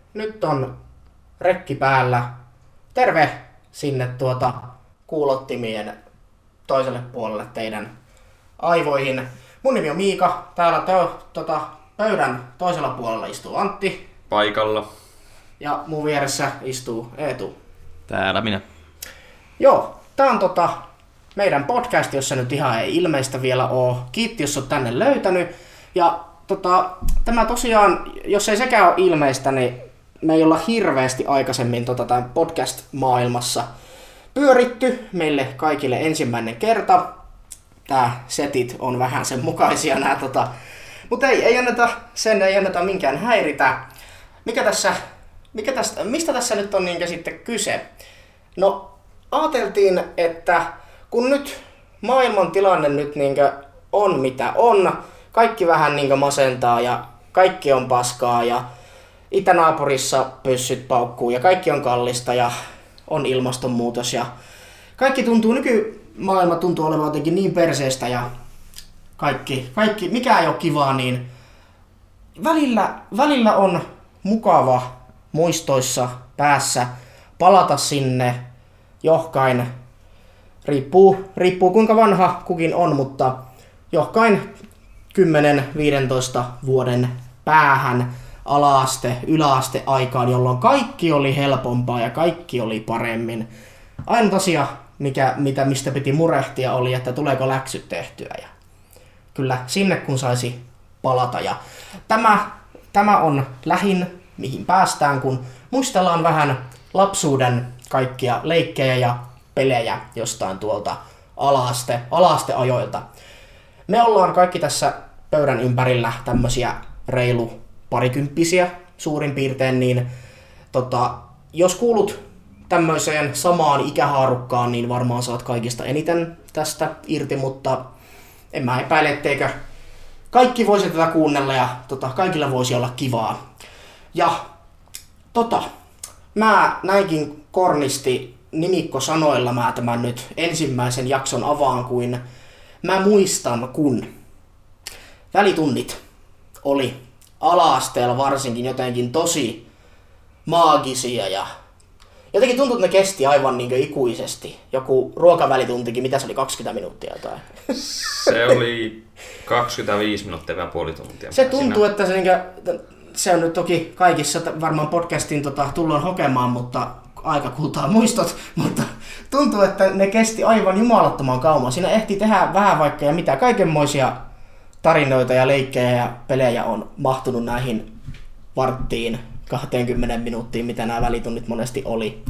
nyt on rekki päällä. Terve sinne kuulottimien toiselle puolelle teidän aivoihin. Mun nimi on Miika. Täällä pöydän toisella puolella istuu Antti. Paikalla. Ja mun vieressä istuu Eetu. Täällä minä. Joo, tää on meidän podcast, jossa nyt ihan ei ilmeistä vielä oo. Kiitti, jos oot tänne löytänyt. Ja tämä tosiaan, jos ei sekään ole ilmeistä, niin me ei olla hirveästi aikaisemmin tämän podcast-maailmassa pyöritty. Meille kaikille ensimmäinen kerta. Tää setit on vähän sen mukaisia nää mutta ei anneta minkään häiritä. Mistä tässä nyt on sitten kyse? No, ajateltiin, että kun nyt maailman tilanne nyt on mitä on, kaikki vähän masentaa ja kaikki on paskaa ja itänaapurissa pyssyt paukkuu ja kaikki on kallista ja on ilmastonmuutos ja kaikki nykymaailma tuntuu olevan jotenkin niin perseestä ja kaikki mikä ei ole kivaa, niin välillä on mukava muistoissa päässä palata sinne johkain, riippuu kuinka vanha kukin on, mutta johkain 10-15 vuoden päähän yläaste aikaan, jolloin kaikki oli helpompaa ja kaikki oli paremmin. Ainut asia, mistä piti murehtia, oli, että tuleeko läksyt tehtyä. Ja kyllä sinne kun saisi palata. Ja tämä on lähin, mihin päästään, kun muistellaan vähän lapsuuden kaikkia leikkejä ja pelejä jostain tuolta ala-asteajoilta. Me ollaan kaikki tässä pöydän ympärillä tämmöisiä reilu parikymppisiä suurin piirtein, niin jos kuulut tämmöiseen samaan ikähaarukkaan, niin varmaan saat kaikista eniten tästä irti, mutta en mä epäile, etteikö kaikki voisi tätä kuunnella ja kaikilla voisi olla kivaa. Ja mä näinkin kornisti nimikkosanoilla mä tämän nyt ensimmäisen jakson avaan, kuin mä muistan, kun välitunnit oli ala-asteella varsinkin jotenkin tosi maagisia ja jotenkin tuntuu, että ne kesti aivan ikuisesti. Joku ruokavälituntikin, mitä se oli, 20 minuuttia tai? Se oli 25 minuuttia vai puoli tuntia. Se tuntuu, että se on nyt toki kaikissa varmaan podcastin tullaan hokemaan, mutta aika kultaa muistot, mutta tuntuu, että ne kesti aivan jumalattoman kauan. Siinä ehti tehdä vähän vaikka ja mitä, kaikenmoisia tarinoita ja leikkejä ja pelejä on mahtunut näihin varttiin, 20 minuuttiin, mitä nämä välitunnit monesti oli.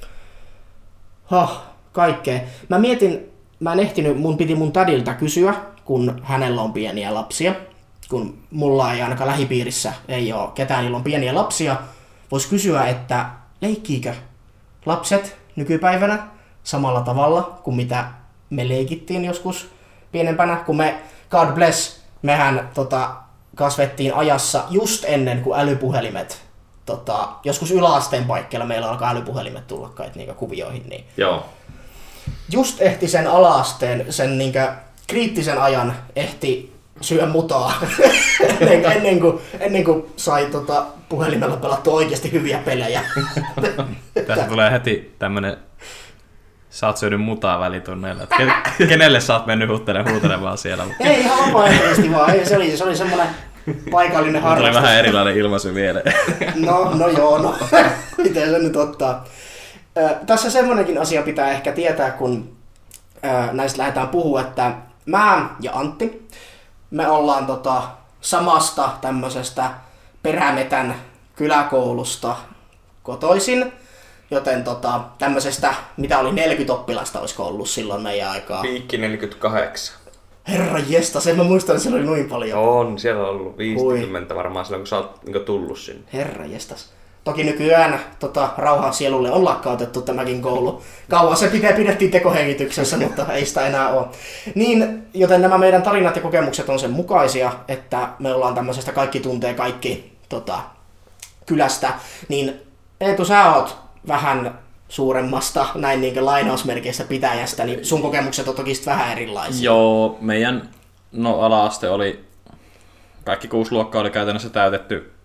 Kaikkea. Mä en ehtinyt, mun piti mun tädiltä kysyä, kun hänellä on pieniä lapsia, kun mulla ei ainakaan lähipiirissä ei ole ketään, jolla on pieniä lapsia, vois kysyä, että leikkiikö lapset nykypäivänä samalla tavalla kuin mitä me leikittiin joskus pienempänä, kun me, God bless, mehän kasvettiin ajassa just ennen kuin älypuhelimet, joskus yläasteen paikkeilla meillä alkaa älypuhelimet tulla kuvioihin, niin joo. Just ehti sen ala-asteen, sen kriittisen ajan ehti syö mutaa ennen kuin sai puhelimella pelattua oikeasti hyviä pelejä. Tässä tulee heti tämmönen sä oot syönyt mutaa välitunneilla. Kenelle sä oot mennyt huutelemaan siellä? Ei ihan vapaaehtoisesti vaan. Se oli semmoinen paikallinen harrastus. Tuli vähän erilainen ilmaisu mieleen. No joo. Miten se nyt ottaa? Tässä semmoinenkin asia pitää ehkä tietää, kun näistä lähdetään puhua, että mä ja Antti, me ollaan samasta tämmöisestä Perämetän kyläkoulusta kotoisin, joten tämmöisestä, mitä oli 40 oppilasta olisiko ollut silloin meidän aikaa. Piikki 48. Herra jestas, en mä muista, että siellä oli noin paljon. On, siellä on ollut 50 varmaan silloin, kun sä oot tullut sinne. Herra jestas. Toki nykyään rauhan sielulle on lakkautettu tämäkin koulu. Kauan se pidettiin tekohengityksessä, mutta ei sitä enää ole. Niin, joten nämä meidän tarinat ja kokemukset on sen mukaisia, että me ollaan tämmöisestä kaikki tuntee kaikki kylästä. Niin Eetu, sä oot vähän suuremmasta näin lainausmerkeissä pitäjästä, niin sun kokemukset on toki vähän erilaisia. Joo, meidän ala-aste oli, kaikki 6 luokkaa oli käytännössä täytetty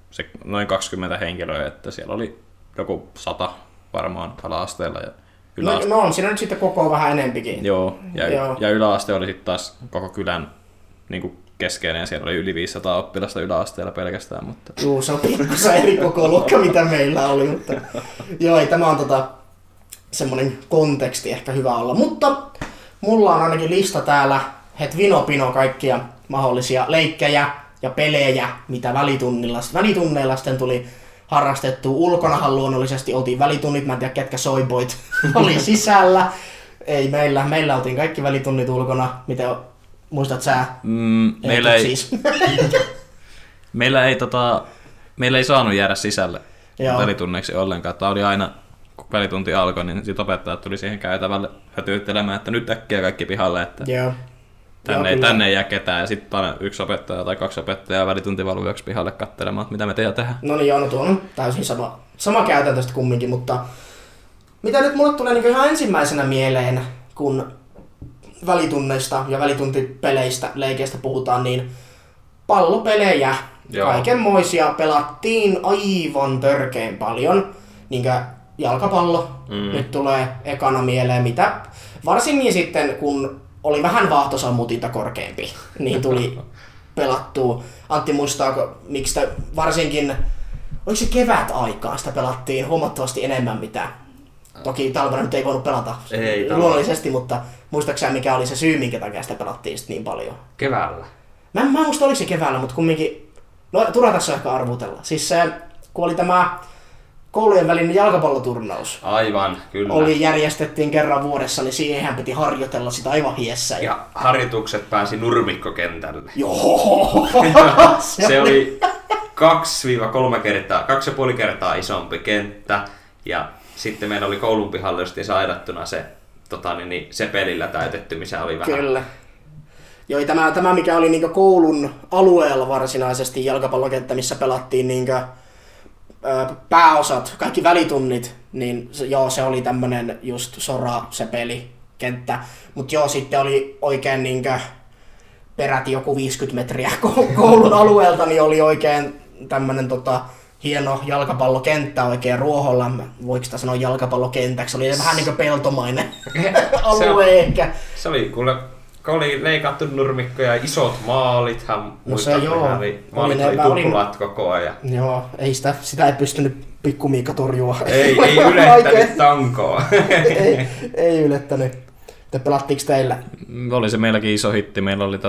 se noin 20 henkilöä, että siellä oli joku 100 varmaan ala-asteella ja yläaste. No on siinä nyt sitten koko vähän enempikin. Joo, ja yläaste oli sitten taas koko kylän niin kuin keskeinen ja siellä oli yli 500 oppilasta yläasteella pelkästään. Mutta... Joo, se on pikkusen eri koko luokka, mitä meillä oli, mutta joo, ei tämä on semmoinen konteksti ehkä hyvä olla. Mutta mulla on ainakin lista täällä, het vino kaikkia mahdollisia leikkejä ja pelejä, mitä välitunneilla sitten tuli harrastettua. Ulkonahan luonnollisesti oltiin välitunnit, mä en tiedä ketkä soiboit oli sisällä. Ei meillä oltiin kaikki välitunnit ulkona. Miten muistat sä? Meillä ei saanut jäädä sisälle välitunneiksi ollenkaan. Tämä oli aina, kun välitunti alkoi, niin sitten opettajat tuli siihen käytävälle hötyyttelemään, että nyt äkkiä kaikki pihalle, että tänne ei jää ketään. Ja sitten yksi opettaja tai 2 opettajaa välituntivalvojaksi pihalle katselemaan, että mitä me tehdään. No niin joo, no tuo on täysin sama käytäntö sitten kumminkin, mutta mitä nyt mulle tulee niin ihan ensimmäisenä mieleen, kun välitunneista ja välituntipeleistä, leikeistä puhutaan, niin pallopelejä, kaikenmoisia pelattiin aivan törkeen paljon. Niinkä jalkapallo nyt tulee ekana mieleen, mitä varsinkin sitten kun oli vähän vaahtosammutinta korkeampi, niin tuli pelattua. Antti muistaako, miksi sitä varsinkin, oliko se kevät aikaan sitä pelattiin huomattavasti enemmän mitä? Toki talvena nyt ei voinut pelata luonnollisesti, mutta muistaakseni mikä oli se syy, minkä takia sitä pelattiin sit niin paljon? Keväällä. Mä en muista oliko se keväällä, mutta kumminkin, no turha tässä ehkä arvutella. Siis se, kun oli tämä koulujen välinen jalkapalloturnaus. Aivan, kyllä. Järjestettiin kerran vuodessa, niin siihenhän piti harjoitella sitä aivan hiessä. Ja harjoitukset pääsi nurmikkokentälle. Joo! Se oli 2,5 kertaa isompi kenttä. Ja sitten meillä oli koulun pihalle just saidattuna se, se pelillä täytetty, missä oli vähän. Kyllä. Joo, tämä mikä oli niinku koulun alueella varsinaisesti jalkapallokenttä, missä pelattiin niinku pääosat, kaikki välitunnit, niin se oli tämmönen just sora se pelikenttä. Mut joo, sitten oli oikein niinkö peräti joku 50 metriä koulun alueelta, niin oli oikein tämmönen hieno jalkapallokenttä oikein ruoholla. Voiko sitä sanoa jalkapallokentäksi? Oli vähän niinkö peltomainen alue ehkä. Se oli kuule, kun oli leikattu nurmikkoja ja isot maalithan, maalit oli tuplat koko ajan. Joo, ei sitä ei pystynyt pikkumiikka torjua. Ei ylettänyt tankoa. ei ylettänyt. Te pelattiinko teillä? Oli se meilläkin iso hitti. Meillä oli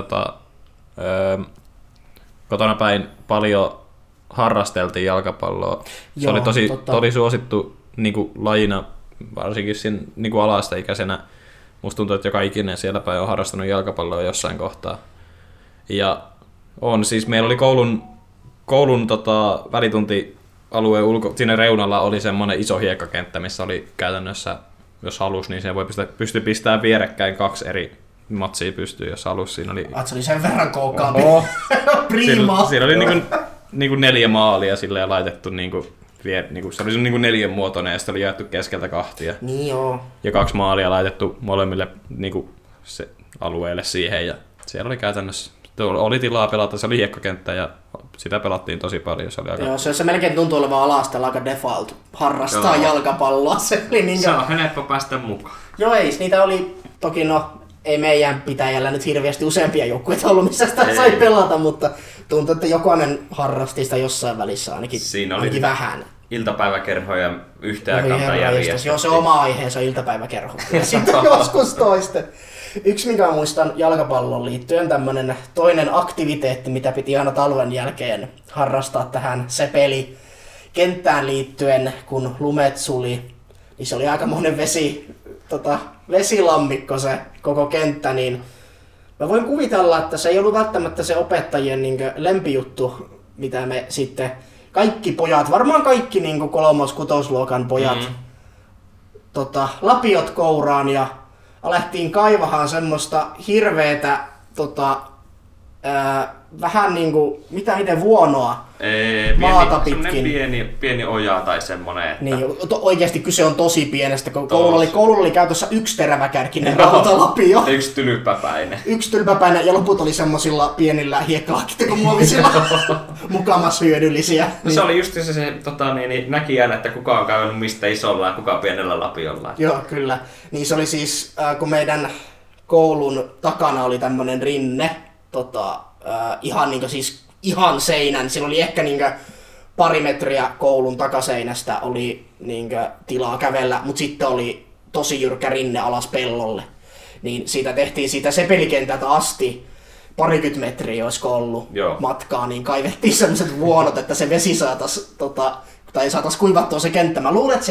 kotona päin paljon harrasteltiin jalkapalloa. Se oli tosi suosittu niin kuin lajina, varsinkin siinä niin kuin ala-asteikäisenä. Musta tuntuu, että joka ikinen siellä päin on harrastanut jalkapalloa jossain kohtaa. Ja siis meillä oli koulun välituntialueen siinä reunalla oli semmoinen iso hiekkakenttä, missä oli käytännössä, jos halusi, niin siihen voi pystyi pistämään vierekkäin 2 eri matsia pystyyn, jos halusi. Siinä oli... Se oli sen verran koukkaampi. Prima! Siinä oli niinku 4 maalia silleen laitettu se oli niin 4-muotoinen ja sitten oli jaettu keskeltä 2. Niin joo. Ja 2 maalia laitettu molemmille se alueelle siihen ja siellä oli käytännössä, oli tilaa pelata, se oli hiekkakenttä ja sitä pelattiin tosi paljon. Se melkein tuntuu olevan ala-asteella aika default harrastaa jalkapalloa. Se on helppo päästä mukaan. Joo ei, niitä oli toki ei meidän pitäjällä nyt hirveästi useampia joukkueita ollut, missä sitä sai pelata, mutta tuntuu, että jokainen harrasti sitä jossain välissä ainakin vähän. Iltapäiväkerho ja yhteenkantaa järjestettiin. Joo, se oma aiheensa on iltapäiväkerho. Ja sitten joskus toisten. Yksi, minkä muistan jalkapallon liittyen, tämmönen toinen aktiviteetti, mitä piti aina talven jälkeen harrastaa tähän se peli kenttään liittyen, kun lumet suli, niin se oli aikamoinen vesilammikko se koko kenttä, niin mä voin kuvitella, että se ei ollut välttämättä se opettajien lempijuttu, mitä me sitten kaikki pojat, varmaan kaikki 3.-6. pojat, lapiot kouraan ja alettiin kaivahaan semmoista hirveetä vähän niinku, miten vuonoa maata pitkin. Pieni oja tai semmonen. Että... Niin, oikeasti kyse on tosi pienestä, kun koululla oli käytössä 1 teräväkärkinen rautalapio. 1 tylpäpäinen. 1 tylpäpäinen ja loput oli semmosilla pienillä hiekkalakitekumuovisilla mukamas hyödyllisiä. No, se oli just se näki aina, että kuka on käynyt mistä isolla ja kuka pienellä lapiolla. Joo, kyllä. Niin se oli siis, kun meidän koulun takana oli tämmönen rinne, ihan niinku siis ihan seinän, siinä oli ehkä niinku pari metriä koulun takaseinästä oli niinku tilaa kävellä, mutta sitten oli tosi jyrkkä rinne alas pellolle. Niin siitä tehtiin siitä sepelikentältä asti 20 metriä olisiko ollut matkaa, niin kaivettiin sellaiset vuonot, että se vesi saatais kuivattua se kenttä. Mä luulen, että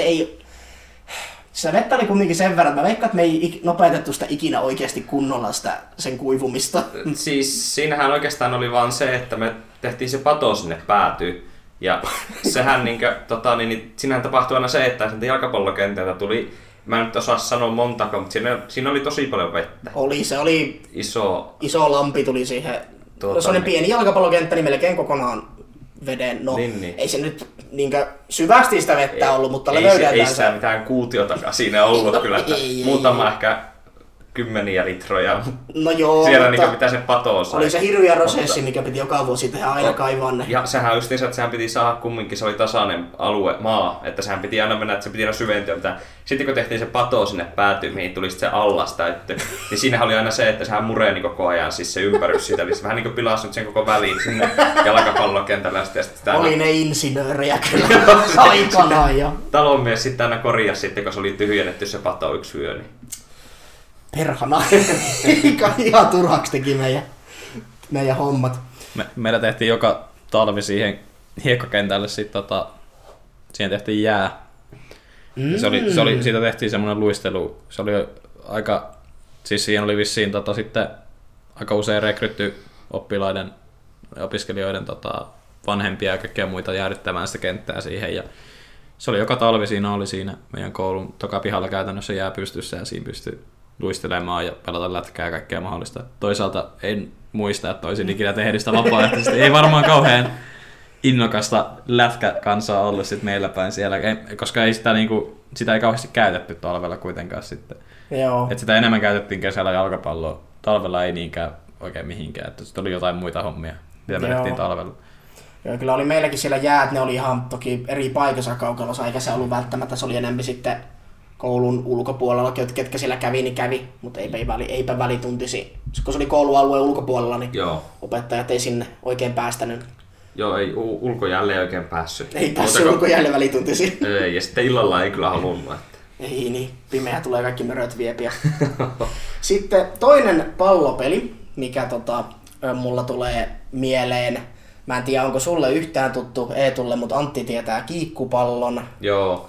se vettä oli kuitenkin sen verran, että mä veikkaan, että me ei nopeutettu sitä ikinä oikeasti kunnolla sen kuivumista. Siis siinähän oikeastaan oli vaan se, että me tehtiin se pato sinne päätyyn. Ja sehän siinähän tapahtui aina se, että jalkapallokentältä tuli, mä en nyt osaa sanoa montako, mutta siinä oli tosi paljon vettä. Se oli iso lampi tuli siihen. Se oli pieni jalkapallokenttä, niin melkein kokonaan veden. No, niin. Ei se nyt syvästi sitä vettä ollut, mutta leveydeltään ei sitä mitään kuutiotakaan siinä ollut kyllä. Muutama ehkä 10 litroja. No joo, siellä mutta mitä se patoo sai. Oli se hirveä prosessi, mikä piti joka vuosi tehdä aina kaivaa ne. Ja sehän justiinsa, että sehän piti saada kumminkin, se oli tasainen alue, maa, että sehän piti aina mennä, että se piti aina syventyä. Mutta sitten kun tehtiin se pato sinne päätyyn, mihin tuli se allas täyttö, niin siinähän oli aina se, että sehän mureni koko ajan, siis se ympärys siitä, eli se vähän niin kuin pilasi nyt sen koko väliin sinne jalkapallokentällä. Oli ne insinöörejä kyllä aikanaan jo. Talonmies sitten aina korjasi sitten, kun se oli tyhjennetty se pato 1 yö. Niin. Perhana. Ihan turhaksi teki meidän hommat. Meillä tehtiin joka talvi siihen hiekkakentälle siihen tehtiin jää. Siitä tehtiin semmoinen luistelu. Se oli aika, siis siihen oli vissiin sitten aika usein rekrytty oppilaiden ja opiskelijoiden vanhempia ja kaikkea muita jäädyttämään sitä kenttää siihen. Ja se oli joka talvi, oli siinä meidän koulun takapihalla käytännössä jää pystyssä ja siinä pystyi luistelemaan ja pelata lätkää ja kaikkea mahdollista. Toisaalta en muista, että olisin ikinä tehnyt sitä vapaaehtoisesti. Ei varmaan kauhean innokasta lätkäkansaa ollut sit meillä päin siellä, koska ei sitä ei kauheasti käytetty talvella kuitenkaan sitten. Joo. Et sitä enemmän käytettiin kesällä jalkapalloa. Talvella ei niinkään oikein mihinkään. Että sitten oli jotain muita hommia, mitä me tehtiin talvella. Joo, kyllä oli meilläkin siellä jäät, ne oli ihan toki eri paikassa kaukalossa, eikä se ollut välttämättä, se oli enemmän sitten koulun ulkopuolella, ketkä siellä kävi, niin kävi, mutta eipä välituntisi. Kun se oli koulualueen ulkopuolella, niin opettajat ei sinne oikein päästänyt. Joo, ei ulkojäälle ei oikein päässyt. Ei päässyt ulkojäälle välituntisi. Ei, ja sitten illalla ei kyllä halunnut. Että. Ei niin, pimeä tulee kaikki möröt viepiä. Sitten toinen pallopeli, mikä mulla tulee mieleen. Mä en tiedä, onko sulle yhtään tuttu Eetulle, mutta Antti tietää kiikkupallon. Joo.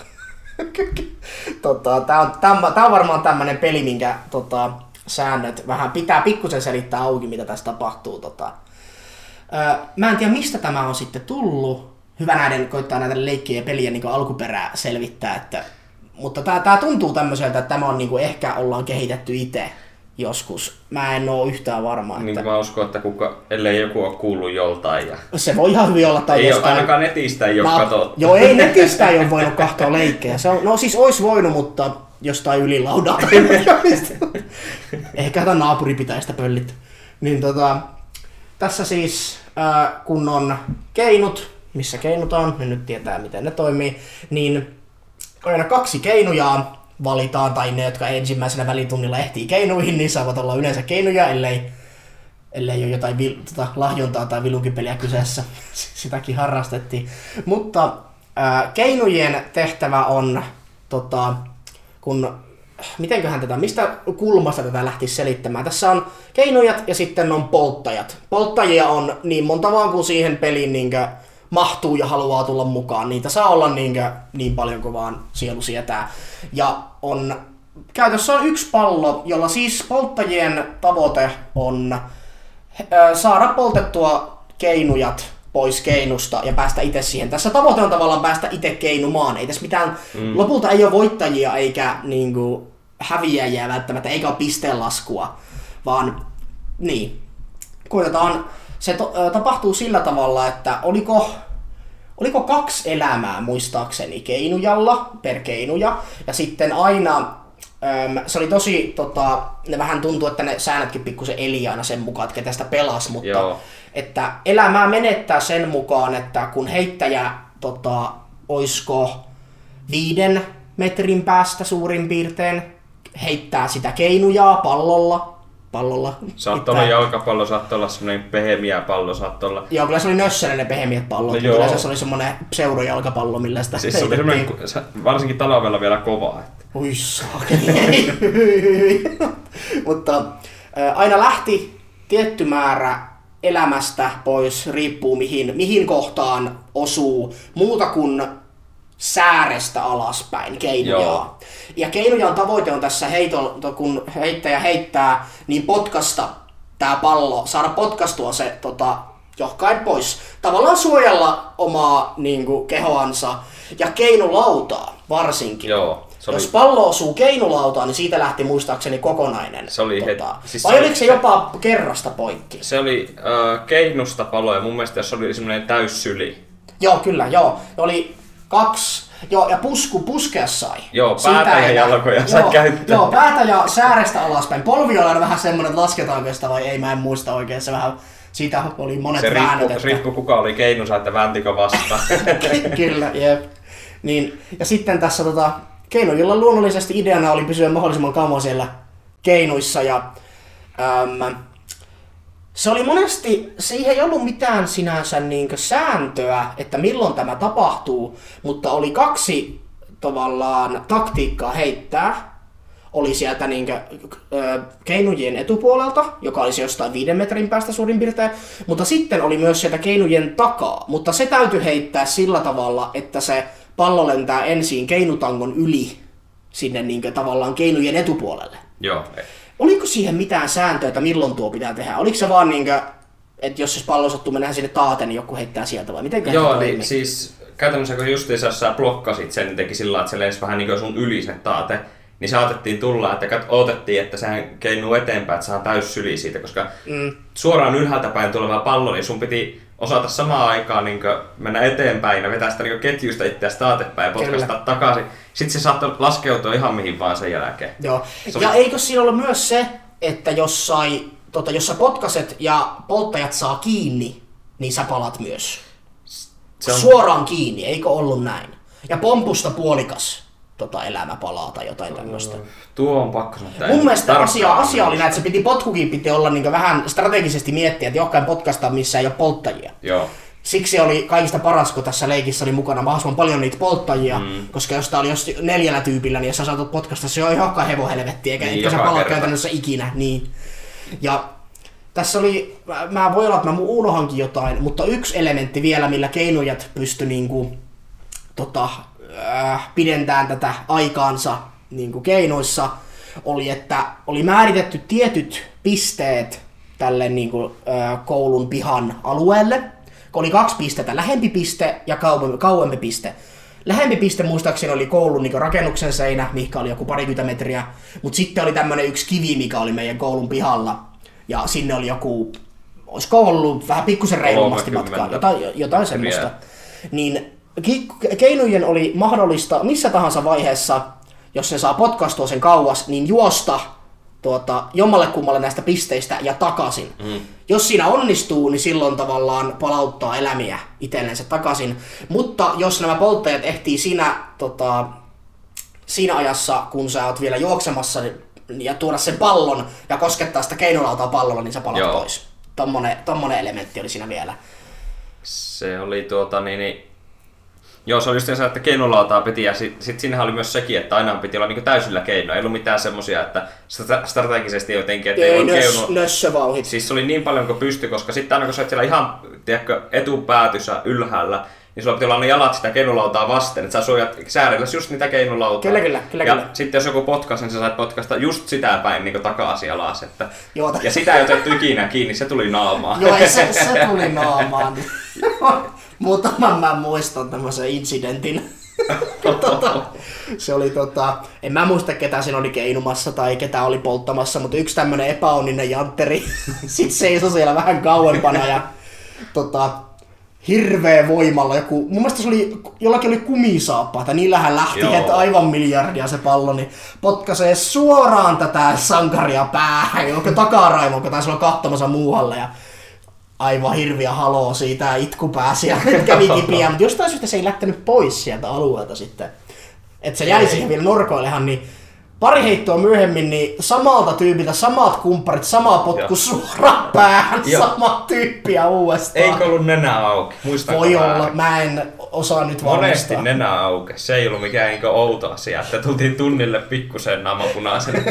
Tää on varmaan tämmönen peli, minkä säännöt vähän pitää pikkusen selittää auki, mitä tässä tapahtuu. Mä en tiedä, mistä tämä on sitten tullut. Hyvä koittaa näitä leikkejä ja pelien niin alkuperää selvittää. Mutta tää tuntuu tämmöiseltä, että tämä on ehkä ollaan kehitetty itse joskus. Mä en oo yhtään varma. Niin mä uskon, että ellei joku ole kuullut joltain. Ja... Se voi ihan hyvin olla. Tai ei jostain... ainakaan netistä ei ole katsottu. Joo, ei netistä ei ole voinut katsoa leikkejä. No siis ois voinut, mutta jostain ylilaudalta. Ehkä tämän naapuri pitää sitä pöllit. Niin tässä siis kun on keinut, missä keinutaan, niin nyt tietää miten ne toimii, niin aina 2 keinujaa valitaan, tai ne, jotka ensimmäisenä välitunnilla ehtii keinuihin, niin saavat olla yleensä keinuja, ellei ole jotain lahjontaa tai vilunkipeliä kyseessä. Sitäkin harrastettiin. Mutta keinujen tehtävä on, mistä kulmasta tätä lähtisi selittämään. Tässä on keinujat ja sitten on polttajat. Polttajia on niin monta vaan kuin siihen peliin mahtuu ja haluaa tulla mukaan. Niitä saa olla niin paljon kuin vaan sielu sietää. Ja käytössä on 1 pallo, jolla siis polttajien tavoite on saada poltettua keinujat pois keinusta ja päästä itse siihen. Tässä tavoite on tavallaan päästä itse keinumaan. Ei tässä mitään, lopulta ei ole voittajia eikä häviäjiä välttämättä, eikä ole pisteenlaskua, vaan niin. Koitetaan se tapahtuu sillä tavalla, että oliko 2 elämää muistaakseni keinujalla per keinuja, ja sitten aina se oli tosi, ne vähän tuntuu, että ne säännötkin pikkusen eli aina sen mukaan, että ketä sitä pelasi, mutta Joo. että elämää menettää sen mukaan, että kun heittäjä oisko 5 metrin päästä suurin piirtein heittää sitä keinujaa pallolla. Saattoi olla jalkapallo, saattoi olla semmoinen pehmeä pallo, saattoi olla... Joo, kyllä se oli nössöinen ne pehmeät pallot, mutta yleensä se oli semmoinen pseudojalkapallo, millä sitä siis se oli semmoinen, varsinkin talvella vielä kovaa. Että... Ui saakeli. Mutta aina lähti tietty määrä elämästä pois, riippuu mihin kohtaan osuu, muuta kuin säärestä alaspäin keinujaa. Joo. Ja keinujan tavoite on tässä kun heittäjä heittää, niin potkasta tää pallo, saada potkastua se johkain pois. Tavallaan suojella omaa kehoansa ja keinulautaa varsinkin. Joo. Jos pallo osuu keinulautaan, niin siitä lähti muistaakseni kokonainen. Se oli siis vai oliko se jopa kerrasta poikki? Se oli keinusta pallo ja mun mielestä se oli semmoinen täyssyli. Joo, kyllä, joo. Oli 2, joo, ja puskea sai. Joo, päätä ja jalkoja sai käyttää. Joo, päätä ja säärestä alaspäin. Polvi on aina vähän semmoinen, että lasketaanko sitä vai ei, mä en muista oikein. Se vähän, siitä oli monet väännöt. Se riippui kuka oli keinussa, että vääntikö vastaan. Kyllä, jep. Niin, ja sitten tässä keinujilla luonnollisesti ideana oli pysyä mahdollisimman kauan siellä keinuissa ja se oli monesti, siihen ei ollut mitään sinänsä sääntöä, että milloin tämä tapahtuu, mutta oli 2 tavallaan taktiikkaa heittää. Oli sieltä keinujien etupuolelta, joka olisi jostain 5 metrin päästä suurin piirtein, mutta sitten oli myös sieltä keinujien takaa, mutta se täytyy heittää sillä tavalla, että se pallo lentää ensin keinutangon yli sinne tavallaan keinujen etupuolelle. Joo. Oliko siihen mitään sääntöä, että milloin tuo pitää tehdä? Oliko se vaan että jos pallo sattuu mennään sinne taateen, niin joku heittää sieltä vai miten? Joo, niin siis käytännössä kun justiinsa jos sä blokkasit sen, niin teki sillä lailla, että se lensi vähän sun yli sinne taate, niin saatettiin tulla, että odotettiin, että sehän keinuu eteenpäin, että saa täyssyli siitä, koska suoraan ylhäältä päin tuleva pallo, niin sun piti osata samaan aikaan mennä eteenpäin ja vetää sitä ketjusta itseäsi taatepäin ja potkaista takaisin. Sitten se saattoi laskeutua ihan mihin vaan sen jälkeen. Joo. Ja eikö siinä ollut myös se, että jos sä potkaset ja polttajat saa kiinni, niin sä palat myös. Suoraan kiinni, eikö ollut näin? Ja pompusta puolikas elämä palaa tai jotain tämmöistä. Tuo on pakko sanoa. Mun mielestä asia oli näin, että se potkukin piti olla vähän strategisesti miettiä, että jokainen potkastaa missä ei ole polttajia. Joo. Siksi oli kaikista paras, kun tässä leikissä oli mukana mahdollisimman paljon niitä polttajia, koska jos tää oli 4 tyypillä, niin jos sä saatat potkasta, se on ihan hevohelvetti, eikä sä palaa käytännössä ikinä. Niin. Ja tässä oli, mä voi olla, että mä unohankin jotain, mutta yksi elementti vielä, millä keinujat pysty pidentään tätä aikaansa keinoissa, oli, että oli määritetty tietyt pisteet tälle koulun pihan alueelle. Oli 2 pistettä, lähempi piste ja kauempi piste. Lähempi piste muistaakseni oli koulun rakennuksen seinä, mikä oli joku 20 metriä, mutta sitten oli tämmönen yksi kivi, mikä oli meidän koulun pihalla. Ja sinne oli joku, olisiko ollut vähän pikkusen reilumasti matkaa, jotain semmoista. Niin keinujen oli mahdollista missä tahansa vaiheessa, jos ne saa potkastua sen kauas, niin juosta jommalle kummalle näistä pisteistä ja takaisin. Jos siinä onnistuu, niin silloin tavallaan palauttaa elämiä itsellensä takaisin. Mutta jos nämä polttajat ehtii siinä ajassa, kun sä oot vielä juoksemassa ja tuoda sen pallon ja koskettaa sitä keinulautaa pallolla, niin sä palat pois. Tommonen elementti oli siinä vielä. Se oli Joo, se oli just se, että keinulautaa piti ja sit siinähän oli myös sekin, että aina piti olla täysillä keinoja. Ei ollut mitään semmosia, että strategisesti jotenkin, että ei nössövauhit. Siis se oli niin paljon kuin pystyi, koska sitten aina kun sä oot siellä ihan etupäätyssä ylhäällä, niin sulla piti olla ne jalat sitä keinulautaa vasten, että sä suojat säädelläs just niitä keinulautaa. Kyllä. Sitten jos joku potkaisi, niin sä sait potkasta just sitä päin takaisin alas. Ja sitä ei otettu ikinä kiinni, se tuli naamaan. Joo, se tuli naamaan. Muutaman mä muistan tämmöisen incidentin. Se oli en mä muista ketä siinä oli keinumassa tai ketä oli polttamassa, mutta yksi tämmönen epäonninen jantteri sit seisoi siellä vähän kauempana ja hirveä voimalla joku, mun mielestä se oli, jollakin oli kumisaappaa, että niillähän lähti että aivan miljardia se pallo, niin potkaisee suoraan tätä sankaria päähän, jonka takaraimo, joka taisi olla katsomassa muualle ja aivan hirviä haloo siitä ja itku pääsi ja kävi kipiä, mutta jostain syystä se ei lähtenyt pois sieltä alueelta sitten. Että se jäi siihen vielä norkoilehan, niin pari heittoa myöhemmin, niin samalta tyypiltä samat kumpparit, sama potku suoraan päähän, sama tyyppiä uudestaan. Eikö ollut nenä auki? Muistatko voi olla, mä en osaa nyt varmistaa. Monesti nenä auki. Se ei ollut mikään outo asia, että tultiin tunnille pikkusen naamapunaisen.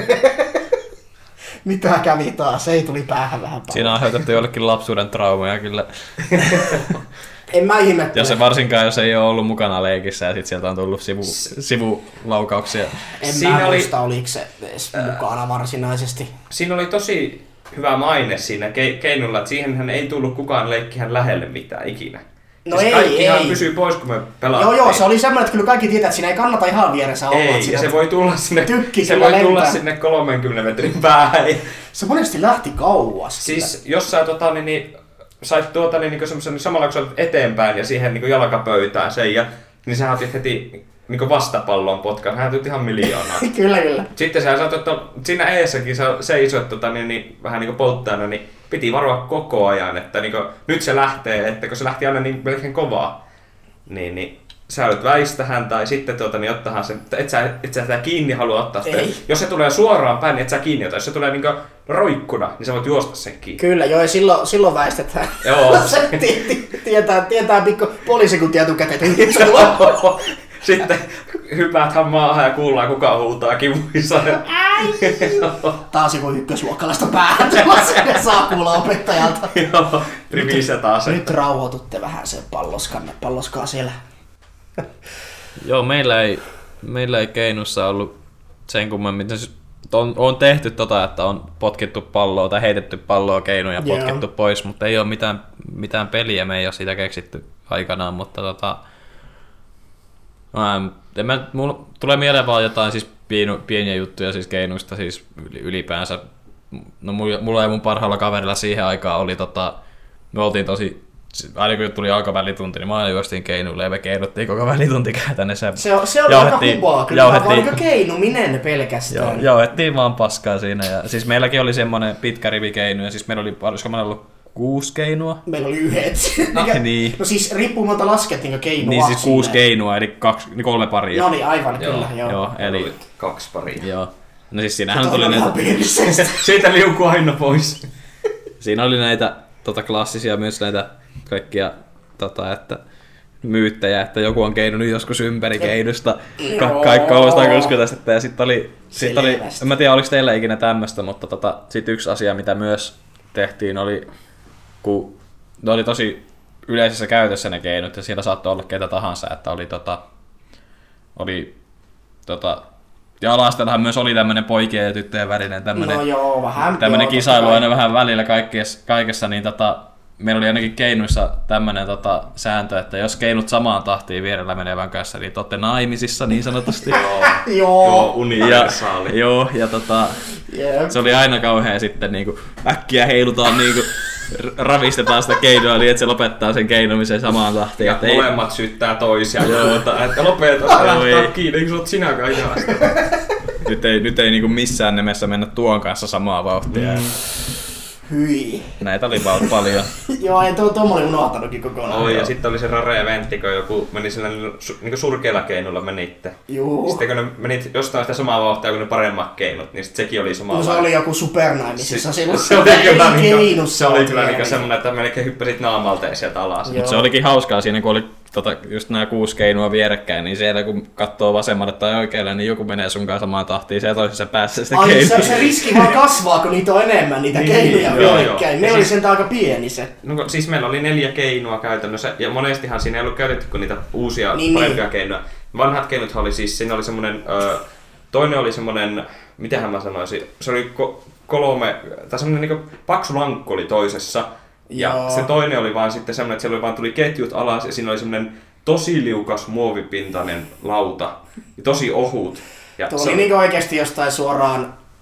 Mitä kävi taas? Ei tuli päähän vähän paljon. Siinä on aiheutettu jollekin lapsuuden traumoja kyllä. En mä ihmettele. Varsinkaan jos ei ole ollut mukana leikissä ja sit sieltä on tullut sivulaukauksia. En mä muista, oliko se edes mukana varsinaisesti. Siinä oli tosi hyvä maine siinä Keinulla, että siihenhän ei tullut kukaan leikkihän lähelle mitään ikinä. No siis ei, kaikkihan ei. Pysyy pois, kun me pelattiin. Joo, se oli semmoinen, että kyllä kaikki tietää, että siinä ei kannata ihan vieressä olla. Ei, ja se voi tulla sinne, tulla sinne 30 metrin päähän. Se monesti lähti kauas. Siis jos sä sait niin semmoisen samalla kun sä olet eteenpäin ja siihen niin jalkapöytään sen ja niin sä otit heti niin vastapallon potkaan. Hän tuli ihan miljoonaa. Kyllä. Sitten sä saat, että siinä eessäkin sä seisoit vähän niin polttajana, niin piti varoa koko ajan, että niin kuin, nyt se lähtee, että kun se lähti aina niin melkein kovaa, niin sä olet väistähän tai sitten niin ottahan sen, et sä sitä kiinni halua ottaa sitä. Jos se tulee suoraan päin, niin et sä kiinni ota. Jos se tulee niin roikkuna, niin sä voit juosta sen kiinni. Kyllä, joo, ja silloin väistetään. Joo. Se tietää pikku poliisikuntia etukäteen. Sitten hypäthän maahan ja kuullaan kuka huutaa kivuissa. Taas joku ykkösluokkalaista päähän, ja saa kuulla opettajalta. Joo, rivissä taas. Nyt rauhoitutte vähän sen palloskaa siellä. Joo, meillä ei Keinussa ollut sen kummemmin. On tehty että on potkittu palloa tai heitetty palloa Keinuun ja potkittu pois, mutta ei ole mitään peliä, me ei ole siitä keksitty aikanaan, mutta mulla tulee mieleen vaan jotain siis pieniä juttuja siis Keinuista siis ylipäänsä. No mulla ja mun parhaalla kaverilla siihen aikaan oli me oltiin tosi aina kun tuli alkavälitunti, niin mä aina juostiin Keinulle ja me keinuttiin koko välitunti käytännössä. Se oli aika hubaa, kyllä vaan keinuminen pelkästään. Jauhettiin vaan paskaa siinä. Ja, siis meilläkin oli semmoinen pitkä rivi keinuja, siis meillä oli, olisiko meillä ollut 6 keinua? Meillä oli 1. Niin. No siis riippumatta laskettiinko keinua. Niin siis 6 keinua, eli 3 paria. No niin, aivan, kyllä. Joo, eli 2 paria. Joo. No siis siinähän tuli näitä... Siitä liukuu aina pois. Siinä oli näitä klassisia myös näitä kaikkia että myyttejä, että joku on keinunut joskus ympäri keinusta kaikkoa tästä ja sitten oli, en mä tiedä oliko teillä ikinä tämmöistä, mutta sitten yksi asia mitä myös tehtiin oli, kun ne oli tosi yleisessä käytössä ne keinut ja siellä saattoi olla ketä tahansa, että oli ja alastellahan myös oli tämmönen poikien ja tyttöjen välinen tämmönen kisailu aina vähän välillä kaikessa niin meillä oli ainakin keinuissa tämmönen sääntö, että jos keinut samaan tahtiin vierellä menevän kanssa, niin te olette naimisissa niin sanotusti. Joo, universaali. Joo, ja se oli aina kauhean sitten niinku äkkiä heilutaan niinku ravistetaan sitä keinoa niin, että se lopettaa sen keinumisen samaan tahtiin. Ja molemmat syyttää toisiaan, että lopeta, lähtee kiinni, kun sä oot sinäkään ihasta. Nyt ei niinku missään nimessä mennä tuon kanssa samaa vauhtia. Hyi. Näitä oli paljon. Joo, ja tuo oli unohtanutkin kokonaan. Oi, ja sitten oli se rare-eventti, kun joku meni sillä niin surkeilla keinoilla menitte. Juu. Sitten kun ne menit jostain sitä samaa vauhtia kuin ne paremmat keinot, niin sekin oli sama. No se oli joku supernaimisissa silloin. Se oli kyllä niinku semmonen, että melkein hyppäsit naamalteen sieltä alas. Mutta se olikin hauskaa siinä, kun oli just nämä 6 keinua vierekkäin, niin siellä kun katsoo vasemmalle tai oikealle, niin joku menee sunkaan samaan tahtiin siellä toisessa päässä sitä keinoa. Se riski vaan kasvaa, kun niitä on enemmän niitä keinoja vierekkäin. Ne oli sen aika pieni se. No siis meillä oli 4 keinua käytännössä, ja monestihan siinä ei ollut käytetty kuin niitä uusia parempia keinoja. Vanhat keinothan oli siis, siinä oli semmonen, toinen oli semmonen, mitähän mä sanoisin, se oli 3, tai semmonen niinku paksu lankku oli toisessa. Ja se toinen oli vaan sitten semmoinen, että siellä vaan tuli ketjut alas ja siinä oli semmoinen tosi liukas muovipintainen lauta. Ja tosi ohut. Ja tuo oli niinku oikeesti jostain suoraan